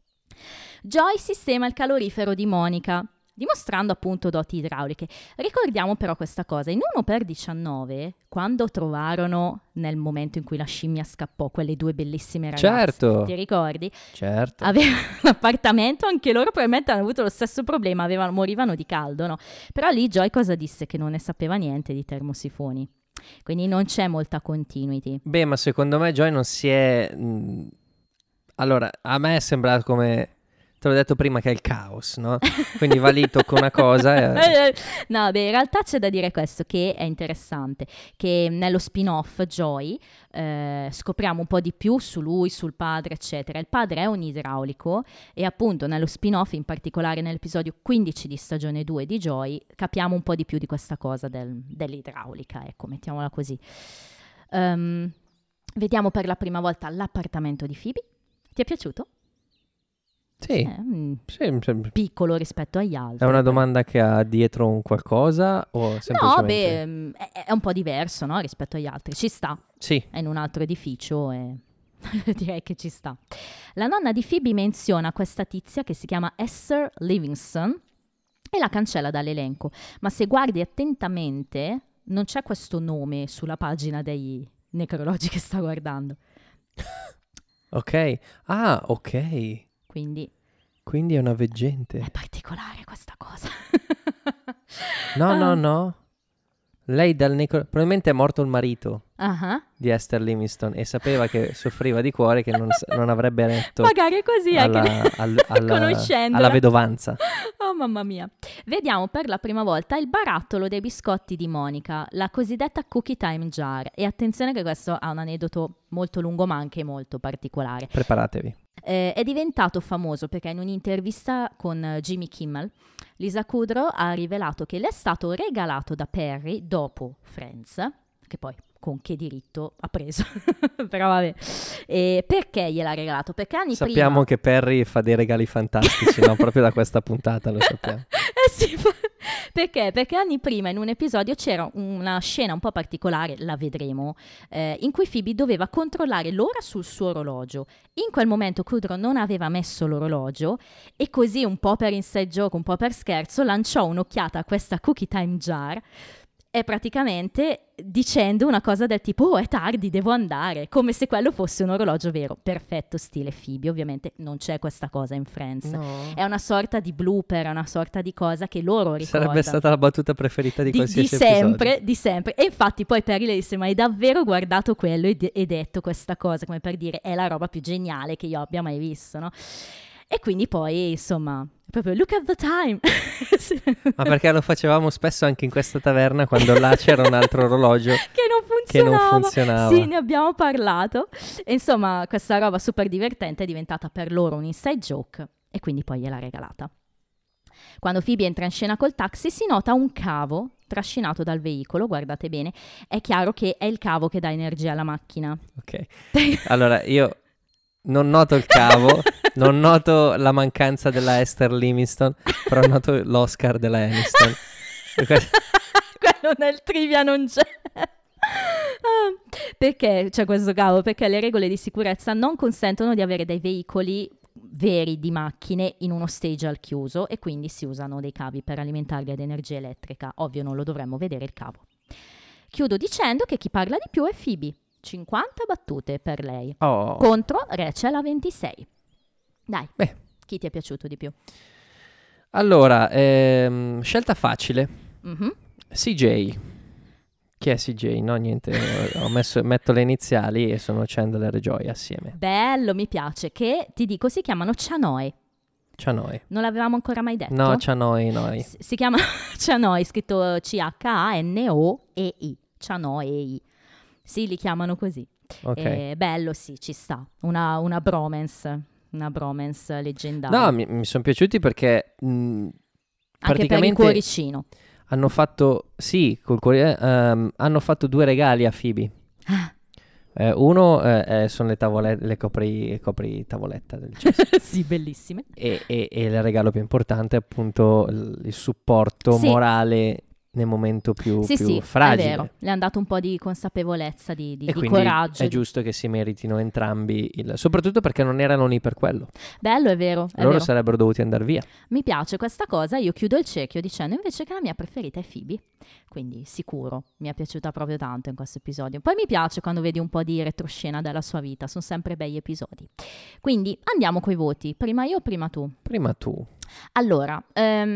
Joy sistema il calorifero di Monica, dimostrando appunto doti idrauliche. Ricordiamo però questa cosa, in 1x19, quando trovarono, nel momento in cui la scimmia scappò, quelle due bellissime ragazze, certo, ti ricordi? Certo. Avevano l'appartamento, anche loro probabilmente hanno avuto lo stesso problema, morivano di caldo, no? Però lì Joy cosa disse? Che non ne sapeva niente di termosifoni. Quindi non c'è molta continuity. Beh, ma secondo me Joy non si è... Allora, a me è sembrato come... Te l'ho detto prima che è il caos, no? Quindi va lì, tocca una cosa e... No, beh, in realtà c'è da dire questo, che è interessante, che nello spin-off Joy scopriamo un po' di più su lui, sul padre, eccetera. Il padre è un idraulico e appunto nello spin-off, in particolare nell'episodio 15 di stagione 2 di Joy, capiamo un po' di più di questa cosa dell'idraulica, ecco, mettiamola così. Vediamo per la prima volta l'appartamento di Phoebe. Ti è piaciuto? Sì, piccolo rispetto agli altri. È una domanda che ha dietro un qualcosa o semplicemente... No, beh, è un po' diverso, no, rispetto agli altri. Ci sta. Sì. È in un altro edificio e direi che ci sta. La nonna di Phoebe menziona questa tizia che si chiama Esther Livingston e la cancella dall'elenco. Ma se guardi attentamente, non c'è questo nome sulla pagina dei necrologi che sta guardando. Ok. Ah, ok. Quindi è una veggente. È particolare questa cosa. No. Lei probabilmente è morto il marito di Esther Livingston e sapeva che soffriva di cuore, che non avrebbe retto. Magari è così, conoscendola. Alla vedovanza. Oh mamma mia. Vediamo per la prima volta il barattolo dei biscotti di Monica, la cosiddetta cookie time jar. E attenzione che questo ha un aneddoto molto lungo ma anche molto particolare. Preparatevi. È diventato famoso perché in un'intervista con Jimmy Kimmel, Lisa Kudrow ha rivelato che le è stato regalato da Perry dopo Friends che poi con che diritto ha preso, però vabbè. E perché gliel'ha regalato? Perché anni Sappiamo prima... che Perry fa dei regali fantastici, no? Proprio da questa puntata lo sappiamo. Sì, perché? Perché anni prima in un episodio c'era una scena un po' particolare, la vedremo, in cui Phoebe doveva controllare l'ora sul suo orologio. In quel momento Kudrow non aveva messo l'orologio e così un po' per inside joke, un po' per scherzo, lanciò un'occhiata a questa cookie time jar e praticamente dicendo una cosa del tipo oh è tardi, devo andare, come se quello fosse un orologio vero. Perfetto stile Phoebe, ovviamente non c'è questa cosa in Friends, No. è una sorta di blooper, è una sorta di cosa che loro ricordano. Sarebbe stata la battuta preferita di qualsiasi di sempre, e infatti poi Perry le disse ma hai davvero guardato quello e detto questa cosa, come per dire è la roba più geniale che io abbia mai visto, no? E quindi poi, insomma, proprio look at the time. Ma perché lo facevamo spesso anche in questa taverna quando là c'era un altro orologio che non funzionava. Sì, ne ne abbiamo parlato. E insomma, questa roba super divertente è diventata per loro un inside joke e quindi poi gliel'ha regalata. Quando Phoebe entra in scena col taxi si nota un cavo trascinato dal veicolo, guardate bene, è chiaro che è il cavo che dà energia alla macchina. Ok, allora io non noto il cavo, non noto la mancanza della Esther Livingston, però noto l'Oscar della Aniston. Quello nel trivia non c'è. Perché c'è questo cavo? Perché le regole di sicurezza non consentono di avere dei veicoli veri di macchine in uno stage al chiuso e quindi si usano dei cavi per alimentarli ad energia elettrica. Ovvio non lo dovremmo vedere il cavo. Chiudo dicendo che chi parla di più è Phoebe. 50 battute per lei. Oh. Contro Rachel a 26. Dai, Beh. Chi ti è piaciuto di più? Allora, scelta facile. Mhm. CJ. Chi è CJ? No, niente. Metto le iniziali e sono Chandler e Joy assieme. Bello, mi piace. Che, ti dico, si chiamano Chanoe. Chanoe. Non l'avevamo ancora mai detto? No, Chanoe, noi. Si chiama Chanoe, scritto C-H-A-N-O-E-I. Chanoe. Sì, li chiamano così. Ok. Bello, sì, ci sta. Una bromance leggendaria. No, mi sono piaciuti perché Anche per il praticamente cuoricino. hanno fatto, sì, hanno fatto 2 regali a Phoebe. Uno sono le tavolette, le copri tavoletta del cesso. Sì, bellissime. e il regalo più importante è appunto il supporto Sì. morale nel momento più Sì, fragile. è vero. Le hanno dato un po' di consapevolezza, di E quindi coraggio. è giusto che si meritino entrambi, soprattutto perché non erano lì per quello. Bello, è vero. È Loro vero. sarebbero dovuti andare via. Mi piace questa cosa, io chiudo il cerchio dicendo invece che la mia preferita è Phoebe, quindi sicuro, mi è piaciuta proprio tanto in questo episodio. Poi mi piace quando vedi un po' di retroscena della sua vita, sono sempre bei episodi. Quindi andiamo coi voti, prima io o prima tu? Prima tu. Allora,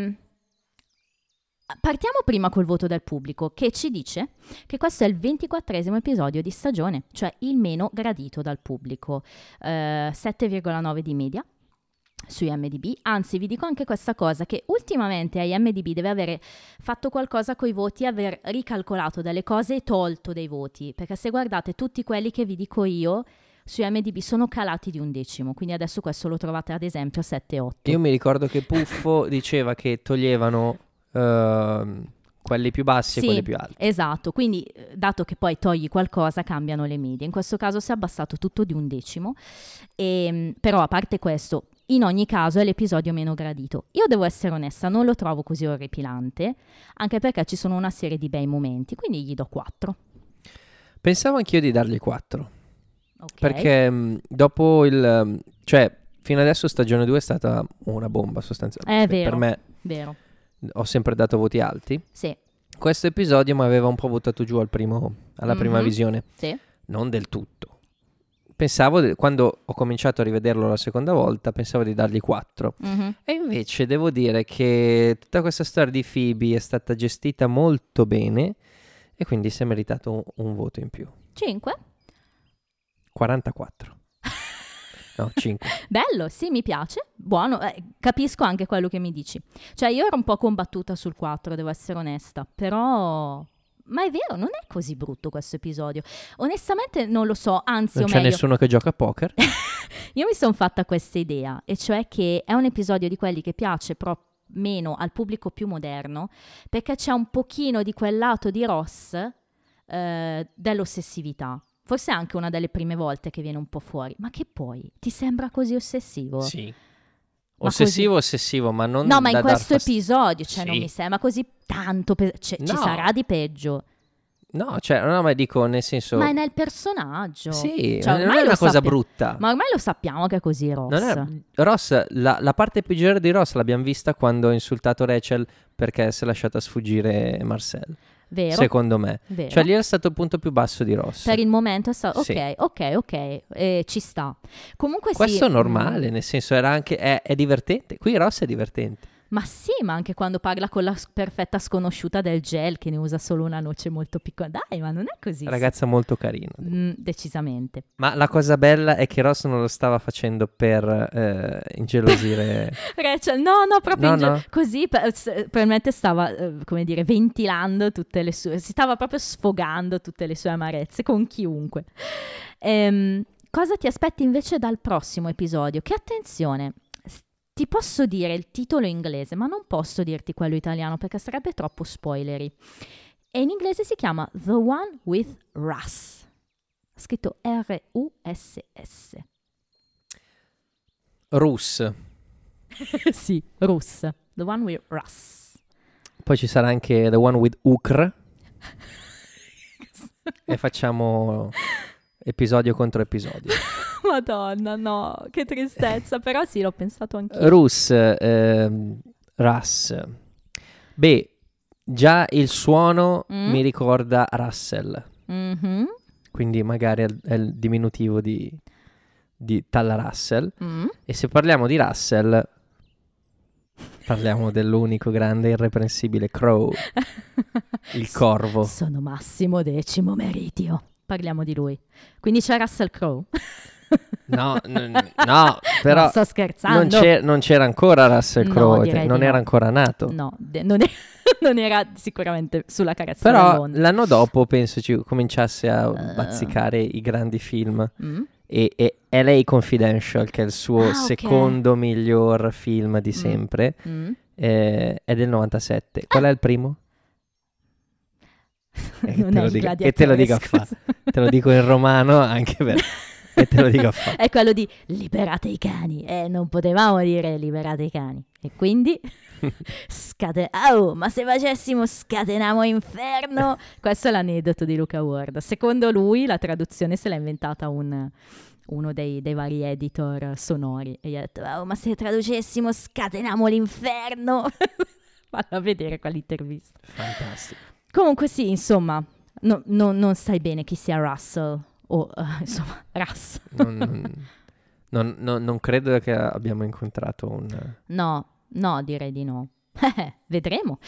partiamo prima col voto del pubblico che ci dice che questo è il 24esimo episodio di stagione, cioè il meno gradito dal pubblico, 7,9 di media su IMDb. Anzi, vi dico anche questa cosa, che ultimamente IMDb deve avere fatto qualcosa coi voti, aver ricalcolato delle cose e tolto dei voti, perché se guardate tutti quelli che vi dico io su IMDb sono calati di 1 decimo, quindi adesso questo lo trovate ad esempio a 7,8. Io mi ricordo che Puffo diceva che toglievano quelli più bassi e quelli più alti. Esatto, quindi dato che poi togli qualcosa cambiano le medie. In questo caso si è abbassato tutto di 1 decimo, però a parte questo, in ogni caso è l'episodio meno gradito. Io devo essere onesta, non lo trovo così orripilante, anche perché ci sono una serie di bei momenti, quindi gli do 4. Pensavo anch'io di dargli 4, Ok. perché dopo cioè fino adesso stagione 2 è stata una bomba sostanzialmente. È vero. Per me Vero, ho sempre dato voti alti. sì, Questo episodio mi aveva un po' buttato giù alla prima Mhm. visione, sì. non del tutto. Pensavo, quando ho cominciato a rivederlo la seconda volta, pensavo di dargli 4. Mhm. E invece devo dire che tutta questa storia di Phoebe è stata gestita molto bene e quindi si è meritato un voto in più. 5? 44. No, 5. Bello, sì, mi piace, buono, capisco anche quello che mi dici. Cioè io ero un po' combattuta sul 4, devo essere onesta, però... Ma è vero, non è così brutto questo episodio. Onestamente non lo so, anzi, Non o c'è meglio, nessuno che gioca a poker. io mi sono fatta questa idea, e cioè che è un episodio di quelli che piace meno al pubblico più moderno, perché c'è un pochino di quel lato di Ross dell'ossessività. Forse è anche una delle prime volte che viene un po' fuori. Ma che poi? Ti sembra così ossessivo? Sì. Ma Ossessivo, ma non No, ma in da dar questo episodio, cioè Sì. non mi sembra così tanto, ci No. sarà di peggio. No, cioè, no, ma dico, nel senso... Ma è nel personaggio. Sì, Cioè, non ormai è una lo cosa sappia- brutta. Ma ormai lo sappiamo che è così Ross. Ross, la parte peggiore di Ross l'abbiamo vista quando ha insultato Rachel perché si è lasciata sfuggire Marcel. Vero? Secondo me. Vero. Cioè lì è stato il punto più basso di Ross. Per il momento è stato Sì. ok, ci sta. Comunque Questo sì, è normale, nel senso era anche è divertente. Qui Ross è divertente. ma sì, ma anche quando parla con la perfetta sconosciuta del gel che ne usa solo una noce molto piccola. Dai, ma non è così. Ragazza molto carina. Decisamente. Ma la cosa bella è che Ross non lo stava facendo per ingelosire. Rachel, no, proprio No. così probabilmente stava, come dire, ventilando tutte le sue, si stava proprio sfogando tutte le sue amarezze con chiunque. Cosa ti aspetti invece dal prossimo episodio? Che attenzione, ti posso dire il titolo inglese, ma non posso dirti quello italiano perché sarebbe troppo spoilery. E in inglese si chiama The One with Russ, scritto R-U-S-S. Russ. Sì, Russ. The One with Russ. Poi ci sarà anche The One with Ukr. E facciamo episodio contro episodio. Madonna, no, che tristezza. Però sì, l'ho pensato anch'io. Russ. Beh, già il suono mi ricorda Russell. Mhm. Quindi magari è il diminutivo di Talla Russell. Mm. E se parliamo di Russell, parliamo dell'unico grande irreprensibile Crow, il corvo. Sono Massimo Decimo Meritio. Parliamo di lui. Quindi c'è Russell Crowe. No, però No, sto scherzando. non c'era ancora Russell No, Crowe, direi di non no. era ancora nato. No, non era sicuramente sulla carezza Però dell'onda. l'anno dopo penso ci cominciasse a bazzicare i grandi film. Mm? E LA Confidential, che è il suo Ah, ok. secondo miglior film di sempre, Mm? è del 97. Qual è il primo? Non è il e gladiatore, te lo dico a fa. scusa. Te lo dico in romano anche per... e te lo dico a fa. È quello di liberate i cani. Non potevamo dire liberate i cani. E quindi oh, ma se facessimo scatenamo inferno. Questo è l'aneddoto di Luca Ward. Secondo lui la traduzione se l'ha inventata uno dei vari editor sonori. E gli ha detto, oh, ma se traducessimo scatenamo l'inferno. Vado a vedere quell'intervista. Fantastico. Comunque sì, insomma, non sai bene chi sia Russell o insomma Russ. Non credo che abbiamo incontrato un... No, direi di no. Vedremo.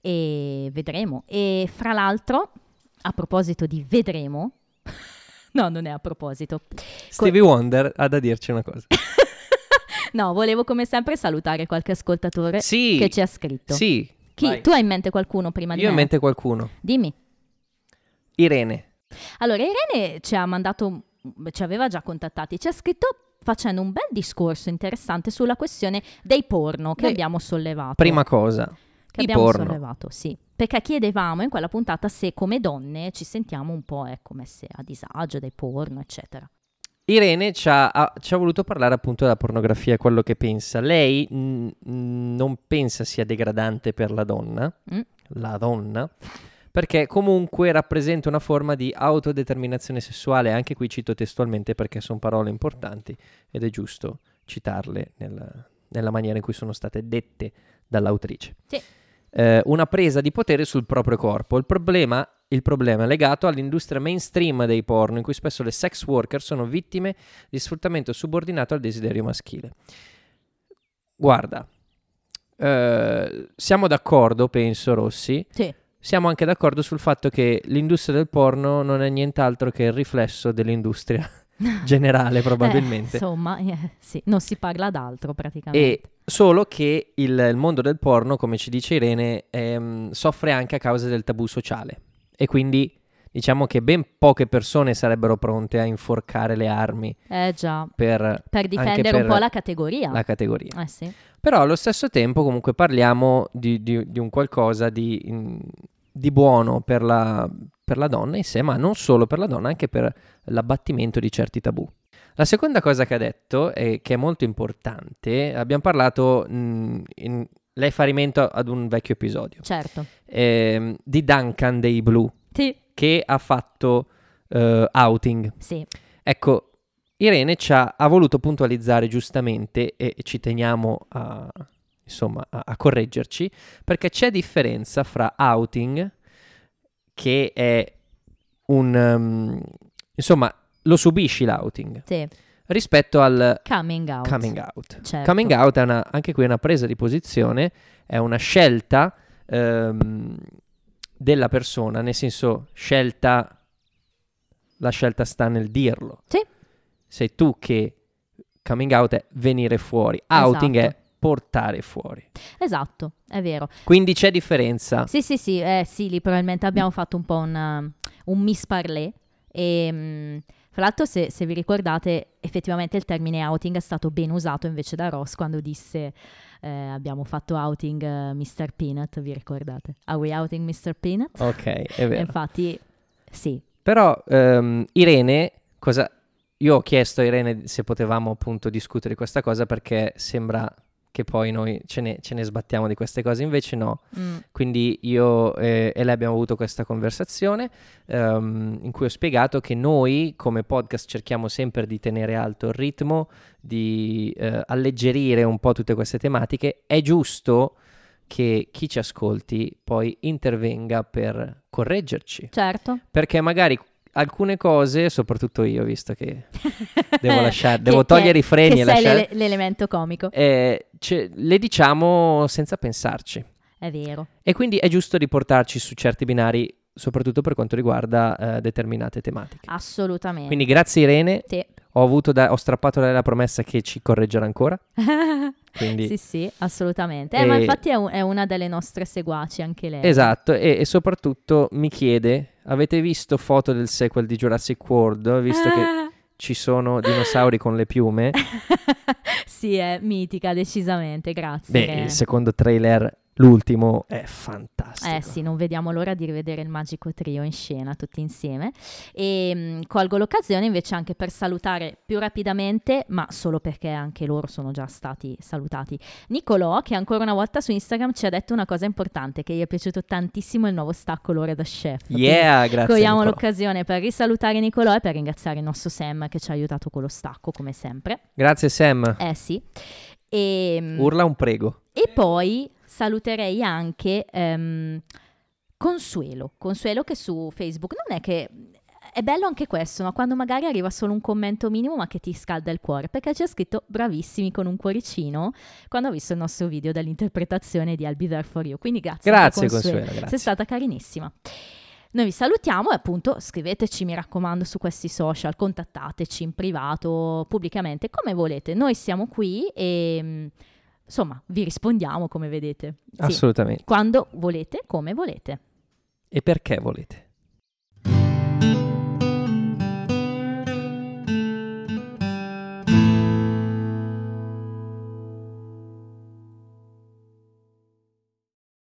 E fra l'altro, a proposito di vedremo, no, non è a proposito. Stevie Wonder ha da dirci una cosa. No, volevo come sempre salutare qualche ascoltatore Sì, che ci ha scritto. sì. Chi? Vai. Tu hai in mente qualcuno prima di Io ho me? in mente qualcuno. Dimmi. Irene. Allora, Irene ci aveva già contattati, ci ha scritto facendo un bel discorso interessante sulla questione dei porno che Beh, abbiamo sollevato. Prima cosa, che i abbiamo porno. sollevato, sì. Perché chiedevamo in quella puntata se come donne ci sentiamo un po' messe a disagio dai porno, eccetera. Irene ci ha voluto parlare appunto della pornografia e quello che pensa. Lei non pensa sia degradante per la donna, perché comunque rappresenta una forma di autodeterminazione sessuale. Anche qui cito testualmente perché sono parole importanti ed è giusto citarle nella maniera in cui sono state dette dall'autrice. Sì. Una presa di potere sul proprio corpo. Il problema è legato all'industria mainstream dei porno, in cui spesso le sex worker sono vittime di sfruttamento subordinato al desiderio maschile. Guarda, siamo d'accordo, penso, Rossi. Sì. Siamo anche d'accordo sul fatto che l'industria del porno non è nient'altro che il riflesso dell'industria generale, probabilmente. Insomma, sì, non si parla d'altro praticamente. E solo che il mondo del porno, come ci dice Irene, soffre anche a causa del tabù sociale. E quindi diciamo che ben poche persone sarebbero pronte a inforcare le armi Già, per difendere un po' la categoria. la categoria. Sì. Però allo stesso tempo comunque parliamo di un qualcosa di buono per per la donna in sé, ma non solo per la donna, anche per l'abbattimento di certi tabù. La seconda cosa che ha detto, e che è molto importante, abbiamo parlato, lei fa riferimento ad un vecchio episodio, Certo. Di Duncan dei Blue, Sì. che ha fatto outing. Sì. Ecco, Irene ha voluto puntualizzare giustamente, e ci teniamo a correggerci, perché c'è differenza fra outing, che è insomma, lo subisci l'outing, Sì. rispetto al Coming out. coming out. Certo. Coming out è anche qui una presa di posizione, è una scelta della persona, nel senso, la scelta sta nel dirlo. Sì. Sei tu che coming out è venire fuori, outing Esatto. è portare fuori. Esatto, è vero. Quindi c'è differenza. Sì, lì probabilmente abbiamo fatto un po' un misparlé. E fra l'altro, se vi ricordate, effettivamente il termine outing è stato ben usato invece da Ross quando disse abbiamo fatto outing Mr. Peanut, vi ricordate? Are we outing Mr. Peanut? Ok, è vero. Infatti, sì. Però Irene, io ho chiesto a Irene se potevamo appunto discutere questa cosa, perché sembra che poi noi ce ne sbattiamo di queste cose, invece no. Quindi io e lei abbiamo avuto questa conversazione in cui ho spiegato che noi come podcast cerchiamo sempre di tenere alto il ritmo, di alleggerire un po' tutte queste tematiche. È giusto che chi ci ascolti poi intervenga per correggerci, Certo. perché magari alcune cose, soprattutto io, visto che devo togliere i freni che e sei lasciare, l'elemento comico. le diciamo senza pensarci, È vero. e quindi è giusto riportarci su certi binari, soprattutto per quanto riguarda determinate tematiche. Assolutamente. Quindi grazie Irene, Sì. ho strappato da lei la promessa che ci correggerà ancora. Quindi, sì, assolutamente. Ma infatti è una delle nostre seguaci anche lei. esatto, e soprattutto mi chiede: avete visto foto del sequel di Jurassic World? Visto che ci sono dinosauri con le piume. Sì, è mitica, decisamente, grazie. Beh, il secondo trailer, l'ultimo, è fantastico. Sì, non vediamo l'ora di rivedere il magico trio in scena tutti insieme. E colgo l'occasione invece anche per salutare più rapidamente, ma solo perché anche loro sono già stati salutati, Nicolò, che ancora una volta su Instagram ci ha detto una cosa importante, che gli è piaciuto tantissimo il nuovo stacco L'ora da chef. Yeah, grazie cogliamo Nicolò. l'occasione per risalutare Nicolò e per ringraziare il nostro Sam che ci ha aiutato con lo stacco come sempre. Grazie Sam. Sì. E Urla un prego. poi saluterei anche Consuelo che su Facebook non è che è bello anche questo, ma quando magari arriva solo un commento minimo ma che ti scalda il cuore, perché ci ha scritto bravissimi con un cuoricino quando ha visto il nostro video dell'interpretazione di I'll Be There For You, quindi grazie Consuelo, grazie. sei stata carinissima. Noi vi salutiamo e appunto scriveteci, mi raccomando, su questi social, contattateci in privato, pubblicamente, come volete, noi siamo qui e insomma vi rispondiamo come vedete. Sì. Assolutamente. Quando volete, come volete. E perché volete?